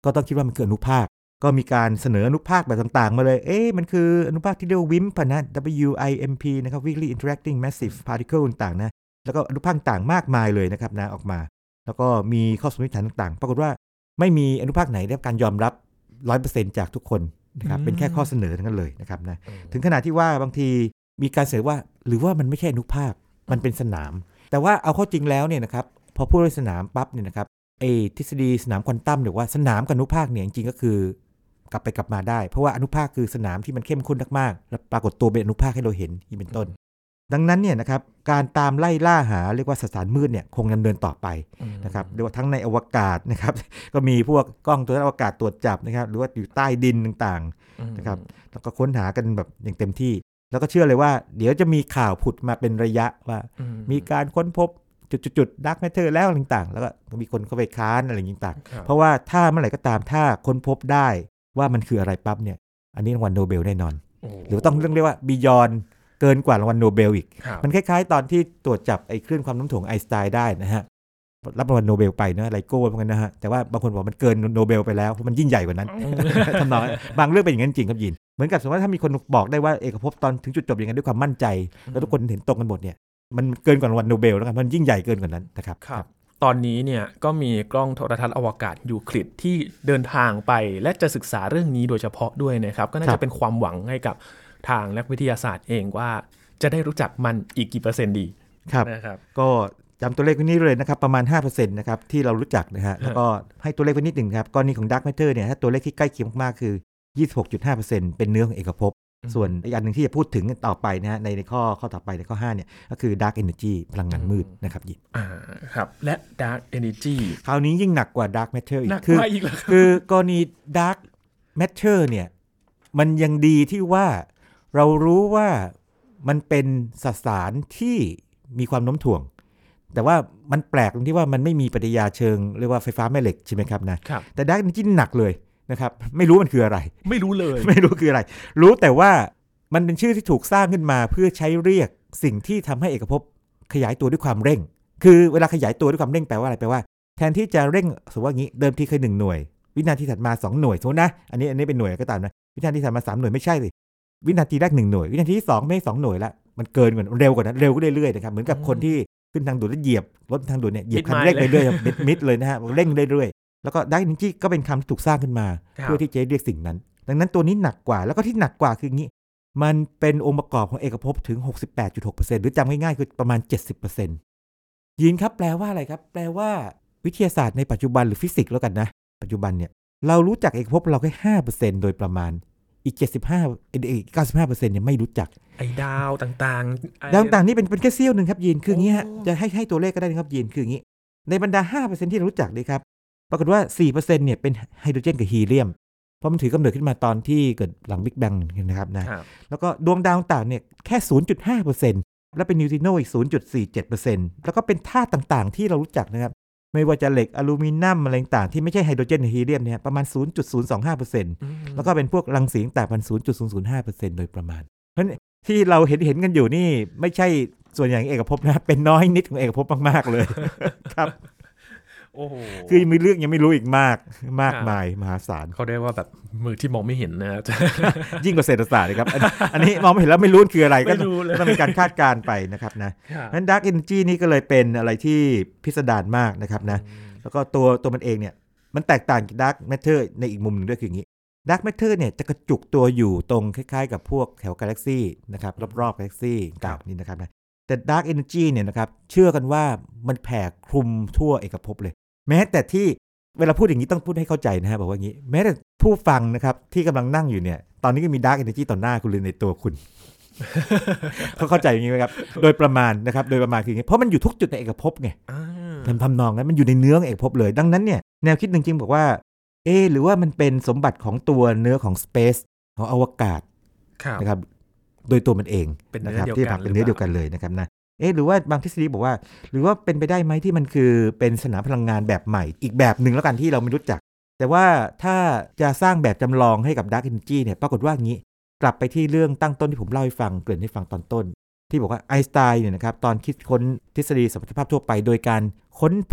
ก็ต้องคิดว่ามันคืออนุภาคก็มีการเสนออนุภาคแบบต่างๆมาเลยเอ๊ะมันคืออนุภาคที่เรียกว่า วิมป์ นะ ดับเบิลยู ไอ เอ็ม พี นะครับ weakly interacting massive particle ต่างๆนะแล้วก็อนุภาคต่างมากมายเลยนะครับนะออกมาแล้วก็มีข้อสมมติฐานต่างๆปรากฏว่าไม่มีอนุภาคไหนได้รับการยอมรับ ร้อยเปอร์เซ็นต์ จากทุกคนนะครับเป็นแค่ข้อเสนอทั้งนั้นเลยนะครับนะถึงขนาดที่ว่าบางทีมีการเสนอว่าหรือว่ามันไม่ใช่อนุภาคมันเป็นสนามแต่ว่าเอาเข้าจริงแล้วเนี่ยนะครับพอพูดเรื่องสนามปั๊บเนี่ยนะครับไอ้ทฤษฎีสนามควอนตัมหรือว่าสนามกับอนุภาคเนี่ยจริงๆก็คือกลับไปกลับมาได้เพราะว่าอนุภาคคือสนามที่มันเข้มข้นมากๆและปรากฏตัวเป็นอนุภาคให้เราเห็นนี่เป็นต้นดังนั้นเนี่ยนะครับการตามไล่ล่าหาเรียกว่าสสารมืดเนี่ยคงดำเนินต่อไปนะครับเรียกว่าทั้งในอวกาศนะครับก็มีพวกกล้องตัวอวกาศตรวจจับนะครับหรือว่าอยู่ใต้ดินต่างๆนะครับแล้วก็ค้นหากันแบบอย่างเต็มที่แล้วก็เชื่อเลยว่าเดี๋ยวจะมีข่าวผุดมาเป็นระยะว่ามีการค้นพบจุดๆดาร์กแมทเทอร์แล้วต่างๆแล้วก็มีคนเข้าไปค้านอะไรต่างๆเพราะว่าถ้าเมื่อไหร่ก็ตามถ้าค้นพบได้ว่ามันคืออะไรปั๊บเนี่ยอันนี้รางวัลโนเบลแน่นอนหรือต้องเรียกว่าบียอนเกินกว่ารางวัลโนเบลอีกมันคล้ายๆตอนที่ตรวจจับไอ้คลื่นความโน้มถ่วงไอน์สไตน์ได้นะฮะรับรางวัลโนเบลไปนะไลโก้เหมือนกันนะฮะแต่ว่าบางคนบอกมันเกินโนเบลไปแล้วเพราะมันยิ่งใหญ่กว่านั้นทำนองบางเรื่องเป็นอย่างนั้นจริงครับยินเหมือนกับสมมติว่าถ้ามีคนบอกได้ว่าเอกภพตอนถึงจุดจบอย่างนั้นด้วยความมั่นใจแล้วทุกคนเห็นตรงกันหมดเนี่ยมันเกินกว่ารางวัลโนเบลแล้วกันมันยิ่งใหญ่เกินกว่านั้นนะครับครับตอนนี้เนี่ยก็มีกล้องโทรทัศน์อวกาศยูคลิดที่เดินทางไปและจะศึกษาเรื่องนี้โดยเฉพาะด้วยนะครับก็น่าจะเป็นความหวังให้กับทางนักวิทยาศาสตร์เองว่าจะได้รู้จักมันอีกกี่เปอร์เซ็นต์ดีนะครับก็จำตัวเลขไว้นี้เลยนะครับประมาณ ห้าเปอร์เซ็นต์ นะครับที่เรารู้จักนะฮะแล้วก็ให้ตัวเลขไว้นิดหนึ่งครับกรณีของ Dark Matter เนี่ยถ้าตัวเลขที่ใกล้เคียงมากๆคือ ยี่สิบหกจุดห้าเปอร์เซ็นต์ เป็นเนื้อของเอกภพส่วนอีกอันนึงที่จะพูดถึงต่อไปนะฮะในในข้อข้อต่อไปในข้อห้าเนี่ยก็คือ Dark Energy พลังงานมืดนะครับยินอ่าครับและ Dark Energy คราวนี้ยิ่งหนักกว่า Dark Matter อีกคือคือกรณี Dark Matter เนี่ยมันยังดีที่ว่าเรารู้ว่ามันเป็นสสารที่มีความโน้มถ่วงแต่ว่ามันแปลกตรงที่ว่ามันไม่มีปฏิกิริยาเชิงเรียกว่าไฟฟ้าแม่เหล็กใช่ไหมครับนะแต่ Dark Energy หนักเลยนะครับไม่รู้มันคืออะไรไม่รู้เลยไม่รู้คืออะไรรู้แต่ว่ามันเป็นชื่อที่ถูกสร้างขึ้นมาเพื่อใช้เรียกสิ่งที่ทำให้เอกภพขยายตัวด้วยความเร่งคือเวลาขยายตัวด้วยความเร่งแปลว่าอะไรแปลว่าแทนที่จะเร่งสมมติว่างี้เดิมทีเคยหนึ่งหน่วยวินาทีถัดมาสองหน่วยสมมตินะอันนี้อันนี้เป็นหน่วยก็ตามนะวินาทีถัดมาสามหน่วยไม่ใช่สิวินาทีแรกหนึ่งหน่วยวินาทีที่สองไม่สองหน่วยละมันเกินกว่าเร็วกว่านั้นเร็วขึ้นเรื่อยๆนะครับเหมือนกับคนที่ขึ้นทางด่วนแล้วเหยียบรถทางด่วนเนี่ยเหยียบคันเร่งไปเรื่อยๆมิดเลยนะฮะเร่งเรื่อยๆแล้วก็ Dark Energy ก็เป็นคำที่ถูกสร้างขึ้นมาเพื่อที่จะเรียกสิ่งนั้นดังนั้นตัวนี้หนักกว่าแล้วก็ที่หนักกว่าคืองี้มันเป็นองค์ประกอบของเอกภพถึง หกสิบแปดจุดหกเปอร์เซ็นต์ หรือจำง่ายๆคือประมาณ เจ็ดสิบเปอร์เซ็นต์ ยินครับแปลว่าอะไรครับแปลว่าวิทยาศาสตร์ในปัจจุบันหรือฟิสิกส์แล้วกันนะปัจจุบันเนี่ยเรารู้จักเอกภพเราแค่ ห้าเปอร์เซ็นต์ โดยประมาณอีกเจ็ดสิบห้าอีก เก้าสิบห้าเปอร์เซ็นต์ เนี่ยไม่รู้จักไอ้ดาวต่างๆดาวต่างๆนี่เป็นเป็นแค่เสี้ยวนึงครับยินคืออย่างงี้ฮะจะให้ให้ตัวเลขก็ได้นะครับยินคืออย่างงี้ในบรรดา ห้าเปอร์เซ็นต์ ที่เรารู้จักเลยครับปรากฏว่า สี่เปอร์เซ็นต์ เนี่ยเป็นไฮโดรเจนกับฮีเลียมเพราะมันถือกำเนิดขึ้นมาตอนที่เกิดหลังบิ๊กแบงนะครับนะแล้วก็ดวงดาวต่างๆเนี่ยแค่ ศูนย์จุดห้าเปอร์เซ็นต์ แล้วเป็นนิวตริโนอีก ศูนย์จุดสี่เจ็ดเปอร์เซ็นต์ แล้วก็เป็นธาตุต่างๆที่เรารู้จักนะครับไม่ว่าจะเหล็กอลูมิเนียมอะไรต่างๆที่ไม่ใช่ไฮโดรเจนกับฮีเลียมเนี่ยประมาณ ศูนย์จุดศูนย์สองห้าเปอร์เซ็นต์ แล้วก็เป็นพวกรังสีต่างๆมัน ศูนย์จุดศูนย์ศูนย์ห้าเปอร์เซ็นต์ โดยประมาณเพราะฉะนั้นที่เราเห็นเห็นกันอยู่นี่ไม่ใช่ส่วนใหญ่ของเอกภพนะเป็นน้อยนิดของเอกภพมากๆเลยครับโอ้โหคือมีเรื่องยังไม่รู้อีกมากมากมายมหาศาลเขาเรียกว่าแบบมือที่มองไม่เห็นนะยิ่งกว่าเศรษฐศาสตร์เลยครับ อันนี้มองไม่เห็นแล้วไม่รู้คืออะไรก็ต้องมีการคาดการณ์ไปนะครับนะนั้น Dark Energy นี่ก็เลยเป็นอะไรที่พิสดารมากนะครับนะแล้วก็ตัวตัวมันเองเนี่ยมันแตกต่างจาก Dark Matter ในอีกมุมหนึ่งด้วยคืออย่างนี้ Dark Matter เนี่ยจะกระจุกตัวอยู่ตรงคล้ายๆกับพวกแถวกาแล็กซี่นะครับรอบๆกาแล็กซี่ต่างนี่นะครับนะแต่ Dark Energy เนี่ยนะครับเชื่อกันว่ามันแผ่คลุมทั่วเอกภพเลยแม้แต่ที่เวลาพูดอย่างนี้ต้องพูดให้เข้าใจนะฮะบอกว่าอย่างนี้แม้แต่ผู้ฟังนะครับที่กำลังนั่งอยู่เนี่ยตอนนี้ก็มี Dark Energy ต่อหน้าคุณเลยในตัวคุณ เขาเข้าใจอย่างนี้ไหมครับโดยประมาณนะครับโดยประมาณคืออย่างนี้เพราะมันอยู่ทุกจุดในเอกภพไงทำทำนองนั้นมันอยู่ในเนื้อของเอกภพเลยดังนั้นเนี่ยแนวคิดหนึ่งจริงบอกว่าเออหรือว่ามันเป็นสมบัติของตัวเนื้อของ space ของอวกาศนะครับโดยตัวมันเองนะครับที่เป็นเนื้อเดียวกันเลยนะครับนะเอ๊ะหรือว่าบางทฤษฎีบอกว่าหรือว่าเป็นไปได้ไหมที่มันคือเป็นสนามพลังงานแบบใหม่อีกแบบหนึ่งแล้วกันที่เราไม่รู้จักแต่ว่าถ้าจะสร้างแบบจำลองให้กับ Dark Energy เนี่ยปรากฏว่างี้กลับไปที่เรื่องตั้งต้นที่ผมเล่าให้ฟังเกริ่นให้ฟังตอนต้นที่บอกว่าไอน์สไตน์เนี่ยนะครับตอนคิดค้นทฤษฎีสมรรถภาพทั่วไปโดยการค้นพบ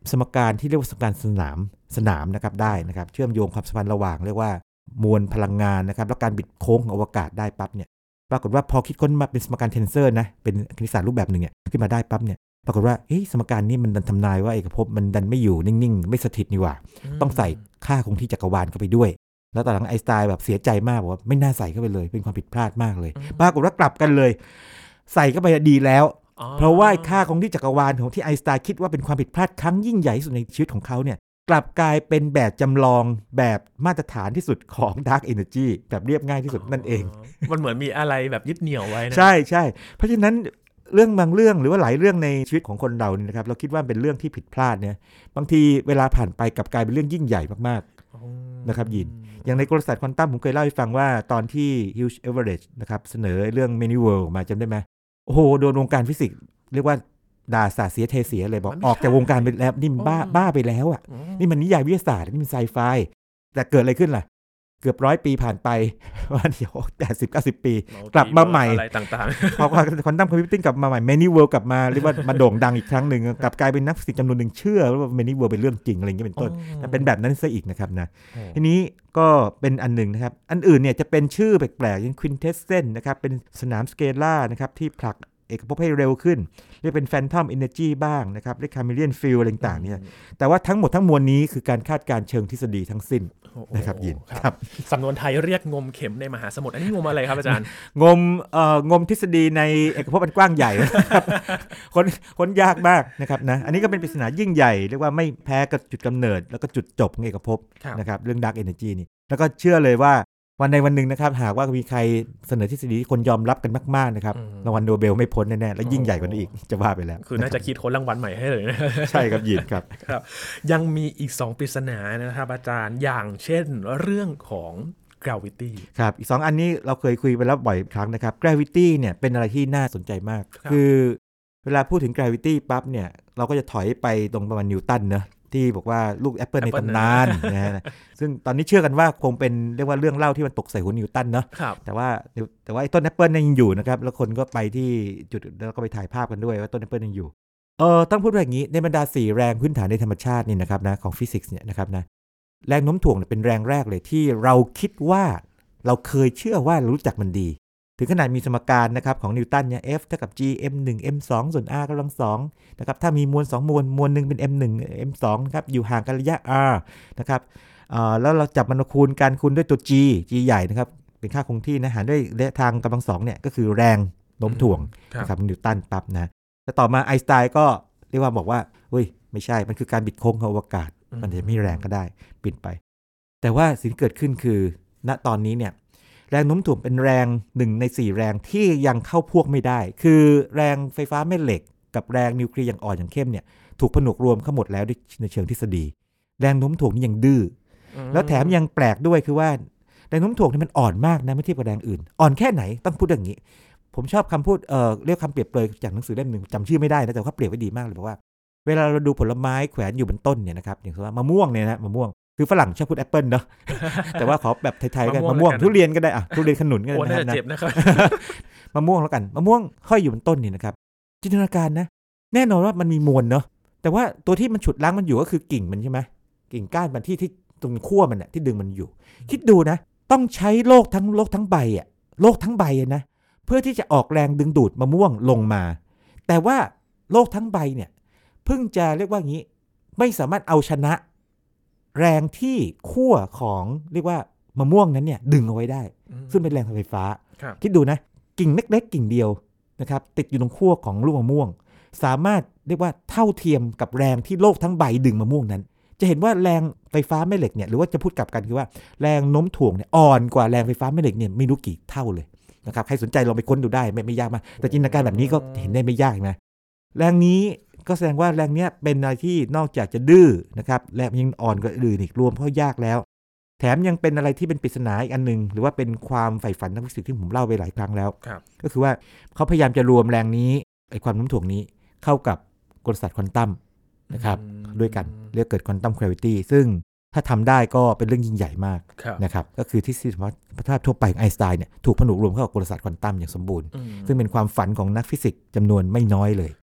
สมการที่เรียกว่าสมการสนามสนามนะครับได้นะครับเชื่อมโยงความสัมพันธ์ระหว่างเรียกว่ามวลพลังงานนะครับแล้วการบิดโค้งของอวกาศได้ปั๊บเนี่ยปรากฏว่าพอคิดค้นมาเป็นสมการเทนเซอร์นะเป็นคณิตศาสตร์รูปแบบหนึ่งเนี่ยขึ้นมาได้ปั๊บเนี่ยปรากฏว่าเฮ้ยสมการนี้มันดันทำนายว่าเอกภพมันดันไม่อยู่นิ่งๆไม่สถิตนี่หว่าต้องใส่ค่าคงที่จักรวาลเข้าไปด้วยแล้วตอนหลังไอน์สไตน์แบบเสียใจมากบอกว่าไม่น่าใส่เข้าไปเลยเป็นความผิดพลาดมากเลยปรากฏว่ากลับกันเลยใส่เข้าไปดีแล้วเพราะว่าค่าคงที่จักรวาลของที่ไอน์สไตน์คิดว่าเป็นความผิดพลาดครั้งยิ่งใหญ่ที่สุดในชีวิตของเขาเนี่ยกลับกลายเป็นแบบจำลองแบบมาตรฐานที่สุดของ Dark Energy แบบเรียบง่ายที่สุดนั่นเองมันเหมือนมีอะไรแบบยึดเหนี่ยวไว้นะใช่ใช่เพราะฉะนั้นเรื่องบางเรื่องหรือว่าหลายเรื่องในชีวิตของคนเราเนี่ยนะครับเราคิดว่าเป็นเรื่องที่ผิดพลาดเนี่ยบางทีเวลาผ่านไปกลับกลายเป็นเรื่องยิ่งใหญ่มากๆนะครับยินอย่างในกลศาสตร์ควอนตัมผมเคยเล่าให้ฟังว่าตอนที่ Hugh Everett นะครับเสนอเรื่อง Many World มาจำได้ไหมโอ้โหโดนวงการฟิสิกส์เรียกว่าด่าสาเสียเทเสียเลยบอกออกจากวงการไปแล้วนี่มันบ้าบ้าไปแล้วอ่ะนี่มันนิยายวิทยาศาสตร์นี่มันไซไฟแต่เกิดอะไรขึ้นล่ะเกือบร้อยปีผ่านไปวันเดียวแปดสิบ เก้าสิบปีกลับมาใหม่อะไรต่างๆพอควอนตัมคอมพิวติ้งกลับมาใหม่ Many World กลับมาเรียกว่ามาโด่งดังอีกครั้งหนึ่งกลับกลายเป็นนักฟิสิกส์จำนวนหนึ่งเชื่อว่า Many World เป็นเรื่องจริงอะไรอย่างเงี้ยเป็นต้นแต่เป็นแบบนั้นซะอีกนะครับนะทีนี้ก็เป็นอันหนึ่งนะครับอันอื่นเนี่ยจะเป็นชื่อแปลกๆอย่าง Quintessence นะครับเป็นสนามสเกลาร์นะครับที่ผลักเอกภพให้เร็วขึ้นเรียกเป็น Phantom Energy บ้างนะครับเรียก Chameleon Field อะไรต่างๆเนี่ยแต่ว่าทั้งหมดทั้งมวลนี้คือการคาดการณ์เชิงทฤษฎีทั้งสิ้นนะครับยินครับสำนวนไทยเรียกงมเข็มในมหาสมุทรอันนี้งมอะไรครับอาจารย์งมเอ่องมทฤษฎีในเอกภพอันกว้างใหญ่นะครับคนคนยากมากนะครับนะอันนี้ก็เป็นปริศนายิ่งใหญ่เรียกว่าไม่แพ้กับจุดกำเนิดแล้วก็จุดจบของเอกภพนะครับเรื่อง Dark Energy นี่แล้วก็เชื่อเลยว่าวันใดวันหนึ่งนะครับหากว่ามีใครเสนอทฤษฎีที่คนยอมรับกันมากๆนะครับรางวัลโนเบลไม่พ้นแน่ๆและยิ่งใหญ่กว่านี้อีกจะว่าไปแล้วคือน่าจะคิดค้นรางวัลใหม่ให้เลยนะใช่ครับยินครับครับยังมีอีกสองปริศนานะครับอาจารย์อย่างเช่นเรื่องของ gravity ครับอีกสองอันนี้เราเคยคุยไปแล้วบ่อยครั้งนะครับ gravity เนี่ยเป็นอะไรที่น่าสนใจมากคือเวลาพูดถึง gravity ปั๊บเนี่ยเราก็จะถอยไปตรงประมาณนิวตันเนอะที่บอกว่าลูกแอปเปิลในตำนานนะฮะซึ่งตอนนี้เชื่อกันว่าคงเป็นเรียกว่าเรื่องเล่าที่มันตกใส่หัวนิวตันเนาะแต่ว่าแต่ว่าไอ้ต้นแอปเปิลยังอยู่นะครับแล้วคนก็ไปที่จุดแล้วก็ไปถ่ายภาพกันด้วยว่าต้นแอปเปิลยังอยู่เออต้องพูดว่าอย่างนี้ในบรรดาสี่แรงพื้นฐานในธรรมชาตินี่นะครับนะของฟิสิกส์เนี่ยนะครับนะแรงโน้มถ่วงเป็นแรงแรกเลยที่เราคิดว่าเราเคยเชื่อว่าเรารู้จักมันดีถึงขนาดมีสมการนะครับของนิวตันเนี่ย F เท่ากับ G m หนึ่ง m สอง ส่วน r กำลังสองนะครับถ้ามีมวลสองมวลมวลหนึ่งเป็น m หนึ่ง m สองนะครับอยู่ห่างกันระยะ r นะครับแล้วเราจับมันคูณกันคูณด้วยตัว g g ใหญ่นะครับเป็นค่าคงที่นะหารด้วยระยะทางกำลังสองเนี่ยก็คือแรงโน้มถ่วงนะครับนิวตันปั๊บนะแต่ต่อมาไอน์สไตน์ก็เรียกว่าบอกว่าเฮ้ยไม่ใช่มันคือการบิดโค้งของอวกาศมันจะไม่แรงก็ได้ปิดไปแต่ว่าสิ่งที่เกิดขึ้นคือณตอนนี้เนี่ยแรงโน้มถ่วงเป็นแรงหนึ่งในสี่แรงที่ยังเข้าพวกไม่ได้คือแรงไฟฟ้าแม่เหล็กกับแรงนิวเคลียร์อย่างอ่อนอย่างเข้มเนี่ยถูกผนวกรวมเข้าหมดแล้วในเชิงทฤษฎีแรงโน้มถ่วงนี่ยังดื้อแล้วแถมยังแปลกด้วยคือว่าแรงโน้มถ่วงนี่มันอ่อนมากนะเมื่อเทียบกับแรงอื่นอ่อนแค่ไหนต้องพูดอย่างนี้ผมชอบคำพูดเอ่อเรียกคำเปรียบเปรยจากหนังสือเล่มหนึ่งจำชื่อไม่ได้นะแต่เขาเปรียบไว้ดีมากเลยบอกว่าเวลาเราดูผลไม้แขวนอยู่บนต้นเนี่ยนะครับอย่างเช่นว่ามะม่วงเนี่ยนะมะม่วงคือฝรั่งชอบพูดแอปเปิลเนาะแต่ว่าขอแบบไทยๆกันมะม่วงทุเรียนก็ได้อะทุเรียนขนุนก็ได้นะเจ็บนะครับมะม่วงแล้วกันมะม่วงห้อยอยู่บนต้นนี่นะครับจินตนาการนะแน่นอนว่ามันมีมวลเนาะแต่ว่าตัวที่มันฉุดล้างมันอยู่ก็คือกิ่งมันใช่ไหมกิ่งก้านมันที่ที่ตรงขั้วมันน่ะที่ดึงมันอยู่คิดดูนะต้องใช้โลกทั้งโลกทั้งใบอ่ะโลกทั้งใบนะเพื่อที่จะออกแรงดึงดูดมะม่วงลงมาแต่ว่าโลกทั้งใบเนี่ยเพิ่งจะเรียกว่างี้ไม่สามารถเอาชนะแรงที่ขั้วของเรียกว่ามะม่วงนั้นเนี่ยดึงเอาไว้ได้ซึ่งเป็นแรงไฟฟ้าคิดดูนะกิ่งเล็กๆกิ่งเดียวนะครับติดอยู่ตรงขั้วของลูกมะม่วงสามารถเรียกว่าเท่าเทียมกับแรงที่โลกทั้งใบดึงมะม่วงนั้นจะเห็นว่าแรงไฟฟ้าแม่เหล็กเนี่ยหรือว่าจะพูดกลับกันคือว่าแรงโน้มถ่วงเนี่ยอ่อนกว่าแรงไฟฟ้าแม่เหล็กเนี่ยไม่รู้กี่เท่าเลยนะครับใครสนใจลองไปค้นดูได้ไม่ไม่ยากมากแต่จินตนาการแบบนี้ก็เห็นได้ไม่ยากนะแรงนี้ก็แสดงว่าแรงเนี้ยเป็นอะไรที่นอกจากจะดื้อนะครับแรงยังอ่อนกว่าอื่นอีกรวมเพราะยากแล้วแถมยังเป็นอะไรที่เป็นปริศนาอีกอันนึงหรือว่าเป็นความใฝ่ฝันนักฟิสิกส์ที่ผมเล่าไปหลายครั้งแล้วก็คือว่าเขาพยายามจะรวมแรงนี้ไอ้ความโน้มถ่วงนี้เข้ากับกลศาสตร์ควอนตัมนะครับด้วยกันเรียกเกิดควอนตัมแกรวิตี้ซึ่งถ้าทำได้ก็เป็นเรื่องยิ่งใหญ่มากนะครับก็คือทฤษฎีสมมติภาพทั่วไปของไอน์สไตน์เนี่ยถูกผนวกรวมเข้ากับกลศาสตร์ควอนตัมอย่างสมบูรณ์ซึ่งเป็นความฝันของนักฟิสิกส์จำนวนไม่น้อยเลย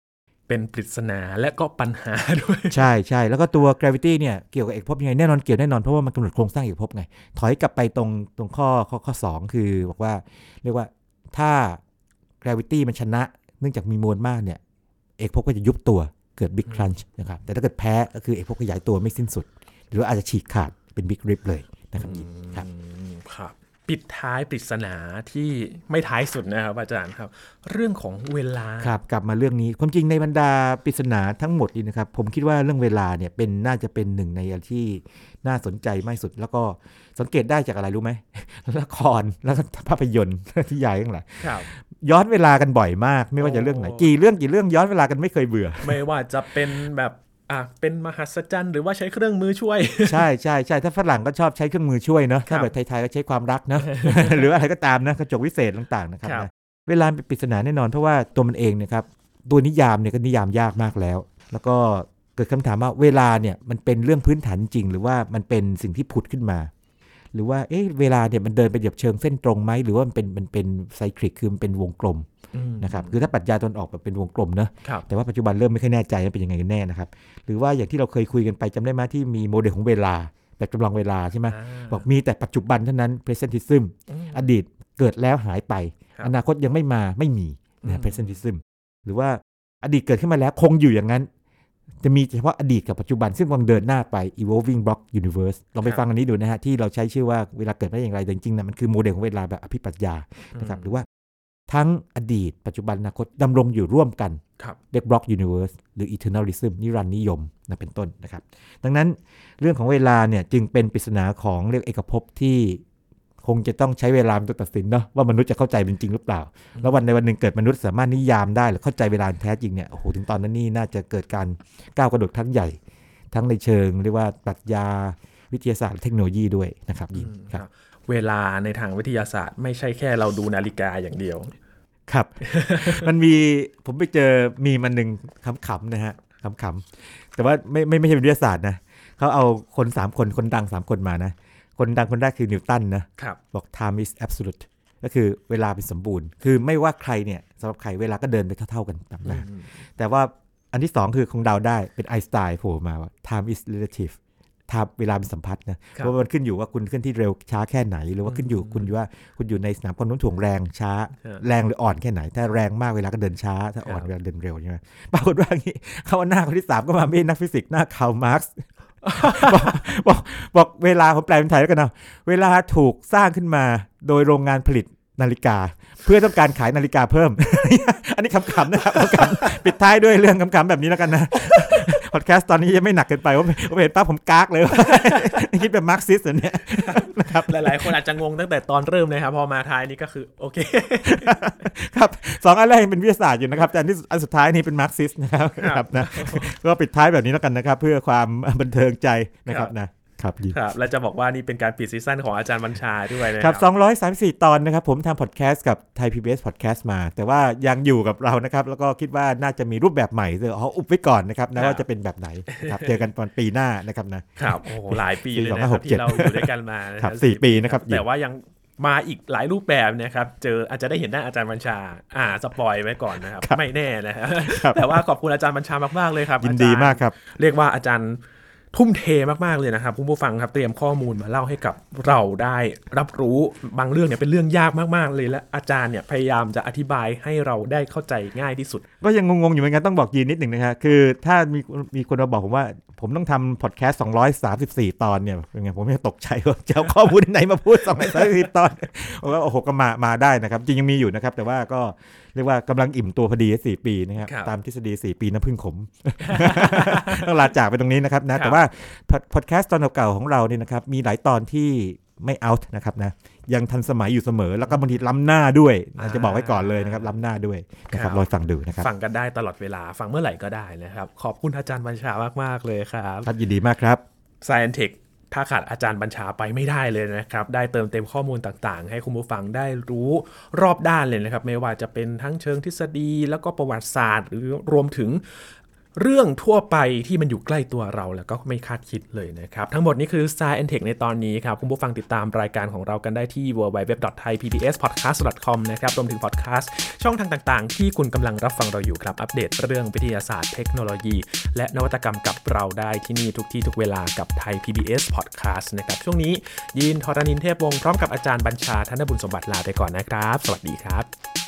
เป็นปริศนาและก็ปัญหาด้วยใช่ใช่แล้วก็ตัว gravity เนี่ยเกี่ยวกับเอกภพยังไงแน่นอนเกี่ยวแน่นอนเพราะว่ามันกำหนดโครงสร้างเอกภพไงถอยกลับไปตรงตรงข้อข้อข้อสองคือบอกว่าเรียกว่าถ้า gravity มันชนะเนื่องจากมีมวลมากเนี่ยเอกภพก็จะยุบตัวเกิด big crunch นะครับแต่ถ้าเกิดแพ้ก็คือเอกภพขยายตัวไม่สิ้นสุดหรือว่าอาจจะฉีกขาดเป็น big rip เลยนะครับครับครับปิดท้ายปริศนาที่ไม่ท้ายสุดนะครับอาจารย์ครับเรื่องของเวลาครับกลับมาเรื่องนี้ความจริงในบรรดาปริศนาทั้งหมดนี่นะครับผมคิดว่าเรื่องเวลาเนี่ยเป็นน่าจะเป็นหนึ่งในที่น่าสนใจมากสุดแล้วก็สังเกตได้จากอะไรรู้ไหมละครแล้วก็ภาพยนตร์ที่ใหญ่ทั้งหลายย้อนเวลากันบ่อยมากไม่ว่าจะเรื่องไหนกี่เรื่องกี่เรื่องย้อนเวลากันไม่เคยเบื่อไม่ว่าจะเป็นแบบอ่ะเป็นมหัศจรรย์หรือว่าใช้เครื่องมือช่วยใช่ใช่ใช่ถ้าฝรั่งก็ชอบใช้เครื่องมือช่วยเนาะถ้าแบบไทยๆก็ใช้ความรักเนาะ หรืออะไรก็ตามนะกระจกวิเศษต่างๆนะครับนะเวลาเป็นปริศนาแน่นอนเพราะว่าตัวมันเองเนี่ยครับตัวนิยามเนี่ยก็นิยามยากมากแล้วแล้วก็เกิดคำถามว่าเวลาเนี่ยมันเป็นเรื่องพื้นฐานจริงหรือว่ามันเป็นสิ่งที่ผุดขึ้นมาหรือว่าเอ๊ะเวลาเนี่ยมันเดินไปแบบเชิงเส้นตรงไหมหรือว่ามันเป็นมันเป็นไซคลิกคือมันเป็นวงกลมนะครับคือถ้าปรัชญาตนออกแบบเป็นวงกลมเนอะแต่ว่าปัจจุบันเริ่มไม่ค่อยแน่ใจว่าเป็นยังไงกันแน่นะครับหรือว่าอย่างที่เราเคยคุยกันไปจำได้ไหมที่มีโมเดลของเวลาแบบจำลองเวลาใช่ไหมบอกมีแต่ปัจจุบันเท่านั้น presentism อดีตเกิดแล้วหายไปอนาคตยังไม่มาไม่มีนะ presentism หรือว่าอดีตเกิดขึ้นมาแล้วคงอยู่อย่างนั้นจะมีเฉพาะอดีตกับปัจจุบันซึ่งกำลังเดินหน้าไป evolving block universe ลองไปฟังอันนี้ดูนะฮะที่เราใช้ชื่อว่าเวลาเกิดมาอย่างไรแต่จริงๆนะมันคือโมเดลของเวลาแบบอภิปรัชญานะครับหรือว่าทั้งอดีตปัจจุบันอนาคตดำรงอยู่ร่วมกันเรียก block universe หรือ eternalism นิรันดร์นิยมนะเป็นต้นนะครับดังนั้นเรื่องของเวลาเนี่ยจึงเป็นปริศนาของเรียกเอกภพที่คงจะต้องใช้เวลาเป็นตัวตัดสินเนาะว่ามนุษย์จะเข้าใจเป็นจริงหรือเปล่าแล้ววันในวันหนึ่งเกิดมนุษย์สามารถนิยามได้หรือเข้าใจเวลาแท้จริงเนี่ยโอ้โหถึงตอนนั้นนี่น่าจะเกิดการก้าวกระโดดครั้งใหญ่ทั้งในเชิงเรียกว่าปรัชญาวิทยาศาสตร์และเทคโนโลยีด้วยนะครับยินครับเวลาในทางวิทยาศาสตร์ไม่ใช่แค่เราดูนาฬิกาอย่างเดียวครับ มันมีผมไปเจอมีมันหนึ่งขำๆนะฮะขำๆแต่ว่าไม่ไม่ไม่ใช่วิทยาศาสตร์นะเขาเอาคนสามคนคนดังสามคนมานะคนดังคนแรกคือนิวตันนะบอก time is absolute ก็คือเวลาเป็นสมบูรณ์คือไม่ว่าใครเนี่ยสำหรับใครเวลาก็เดินไปเท่าๆกันตามหน้าแต่ว่าอันที่สองคือคงเดาได้เป็นไอน์สไตน์โผล่มาว่า time is relative time เวลาเป็นสัมพัทธ์นะเพราะมันขึ้นอยู่ว่าคุณเคลื่อนที่เร็วช้าแค่ไหนหรือว่าขึ้นอยู่คุณว่าคุณอยู่ในสนามความโน้มถ่วงแรงช้าแรงหรืออ่อนแค่ไหนถ้าแรงมากเวลาก็เดินช้าถ้าอ่อนเวลาเดินเร็วใช่ไหมปรากฏว่าอย่างนี้เขาหน้าคนที่สามก็มาไม่นักฟิสิกส์หน้าคาร์ลมาร์กซ์บอกบอกบอกเวลาผมแปลเป็นไทยแล้วกันนะเวลาถูกสร้างขึ้นมาโดยโรงงานผลิตนาฬิกาเพื่อต้องการขายนาฬิกาเพิ่ม อันนี้ขำๆนะครับปิดท้ายด้วยเรื่องขำๆแบบนี้แล้วกันนะพอดแคสต์ตอนนี้ยังไม่หนักเกินไปว่าผมเห็นป้าผมกากเลยคิดแบบมาร์กซิสต์เนี่ยนะครับหลายๆคนอาจจะงงตั้งแต่ตอนเริ่มเลยครับพอมาท้ายนี้ก็คือโอเคครับสองอันแรกเป็นวิทยาศาสตร์อยู่นะครับแต่อันที่อันสุดท้ายนี่เป็นมาร์กซิสต์นะครับนะก็ปิดท้ายแบบนี้แล้วกันนะครับเพื่อความบันเทิงใจนะครับนะครับครับและจะบอกว่านี่เป็นการปิดซีซั่นของอาจารย์บัญชาด้วยนะคครับสองร้อยสามสิบสี่ตอนนะครับผมทำพอดแคสต์กับ Thai พี บี เอส Podcast มาแต่ว่ายังอยู่กับเรานะครับแล้วก็คิดว่าน่าจะมีรูปแบบใหม่เดี๋ยวเอาอุบไว้ก่อนนะครับนะว่าจะเป็นแบบไหนครับเจอกันตอนปีหน้านะครับนะครับโอ้โหหลายปีเลยนะครับที่เราอยู่ด้วยกันมาครับสี่ปีนะครับแต่ว่ายังมาอีกหลายรูปแบบนะครับเจออาจจะได้เห็นหน้าอาจารย์บัญชาอ่าสปอยไว้ก่อนนะครับไม่แน่นะครับแต่ว่าขอบคุณอาจารย์บัญชามากๆเลยครับยินดีมากครับเรียกว่าอาจารย์ทุ่มเทมากๆเลยนะครับคุณผู้ฟังครับเตรียมข้อมูลมาเล่าให้กับเราได้รับรู้บางเรื่องเนี่ยเป็นเรื่องยากมากๆเลยและอาจารย์เนี่ยพยายามจะอธิบายให้เราได้เข้าใจง่ายที่สุดก็ยังงงๆอยู่เหมือนกันต้องบอกยีนนิดหนึ่งนะครับคือถ้ามีมีคนมาบอกผมว่าผมต้องทำพอดแคสต์สองร้อยสามสิบสี่ตอนเนี่ยเป็นไงผมไม่ตกใจว่าจะเอาข้อมูลไหนมาพูดสองร้อยสามสิบสี่ตอนผมว่าโอ้โหก็มามาได้นะครับจริงยังมีอยู่นะครับแต่ว่าก็เรียกว่ากำลังอิ่มตัวพอดีสี่ปีนะครับตามทฤษฎีสี่ปีน้ำผึ้งขมต้องลาจากไปตรงนี้นะครับนะแต่ว่าพอดแคสต์ตอนเก่าๆของเราเนี่ยนะครับมีหลายตอนที่ไม่เอาท์นะครับนะยังทันสมัยอยู่เสมอแล้วก็บางทีล้ำหน้าด้วยจะบอกไว้ก่อนเลยนะครับล้ำหน้าด้วยนะครับรอฟังดูนะครับฟังกันได้ตลอดเวลาฟังเมื่อไหร่ก็ได้นะครับขอบคุณอาจารย์บัญชามากๆเลยครับครับยินดีมากครับ Science Tech ถ้าขาดอาจารย์บัญชาไปไม่ได้เลยนะครับได้เติมเต็มข้อมูลต่างๆให้คุณผู้ฟังได้รู้รอบด้านเลยนะครับไม่ว่าจะเป็นทั้งเชิงทฤษฎีแล้วก็ประวัติศาสตร์หรือรวมถึงเรื่องทั่วไปที่มันอยู่ใกล้ตัวเราแล้วก็ไม่คาดคิดเลยนะครับทั้งหมดนี้คือ Science and Tech ในตอนนี้ครับคุณผู้ฟังติดตามรายการของเรากันได้ที่ ดับเบิลยู ดับเบิลยู ดับเบิลยู ดอท ไทย พี บี เอส พอดแคสต์ ดอท คอม นะครับรวมถึงพอดแคสต์ช่องทางต่างๆที่คุณกำลังรับฟังเราอยู่ครับอัปเดตเรื่องวิทยาศาสตร์เทคโนโลยีและนวัตกรรมกับเราได้ที่นี่ทุกที่ทุกเวลากับไทย พี บี เอส Podcast นะครับช่วงนี้ยินทรณินเทพวงศ์พร้อมกับอาจารย์บัญชาธนบุญสมบัติลาไปก่อนนะครับสวัสดีครับ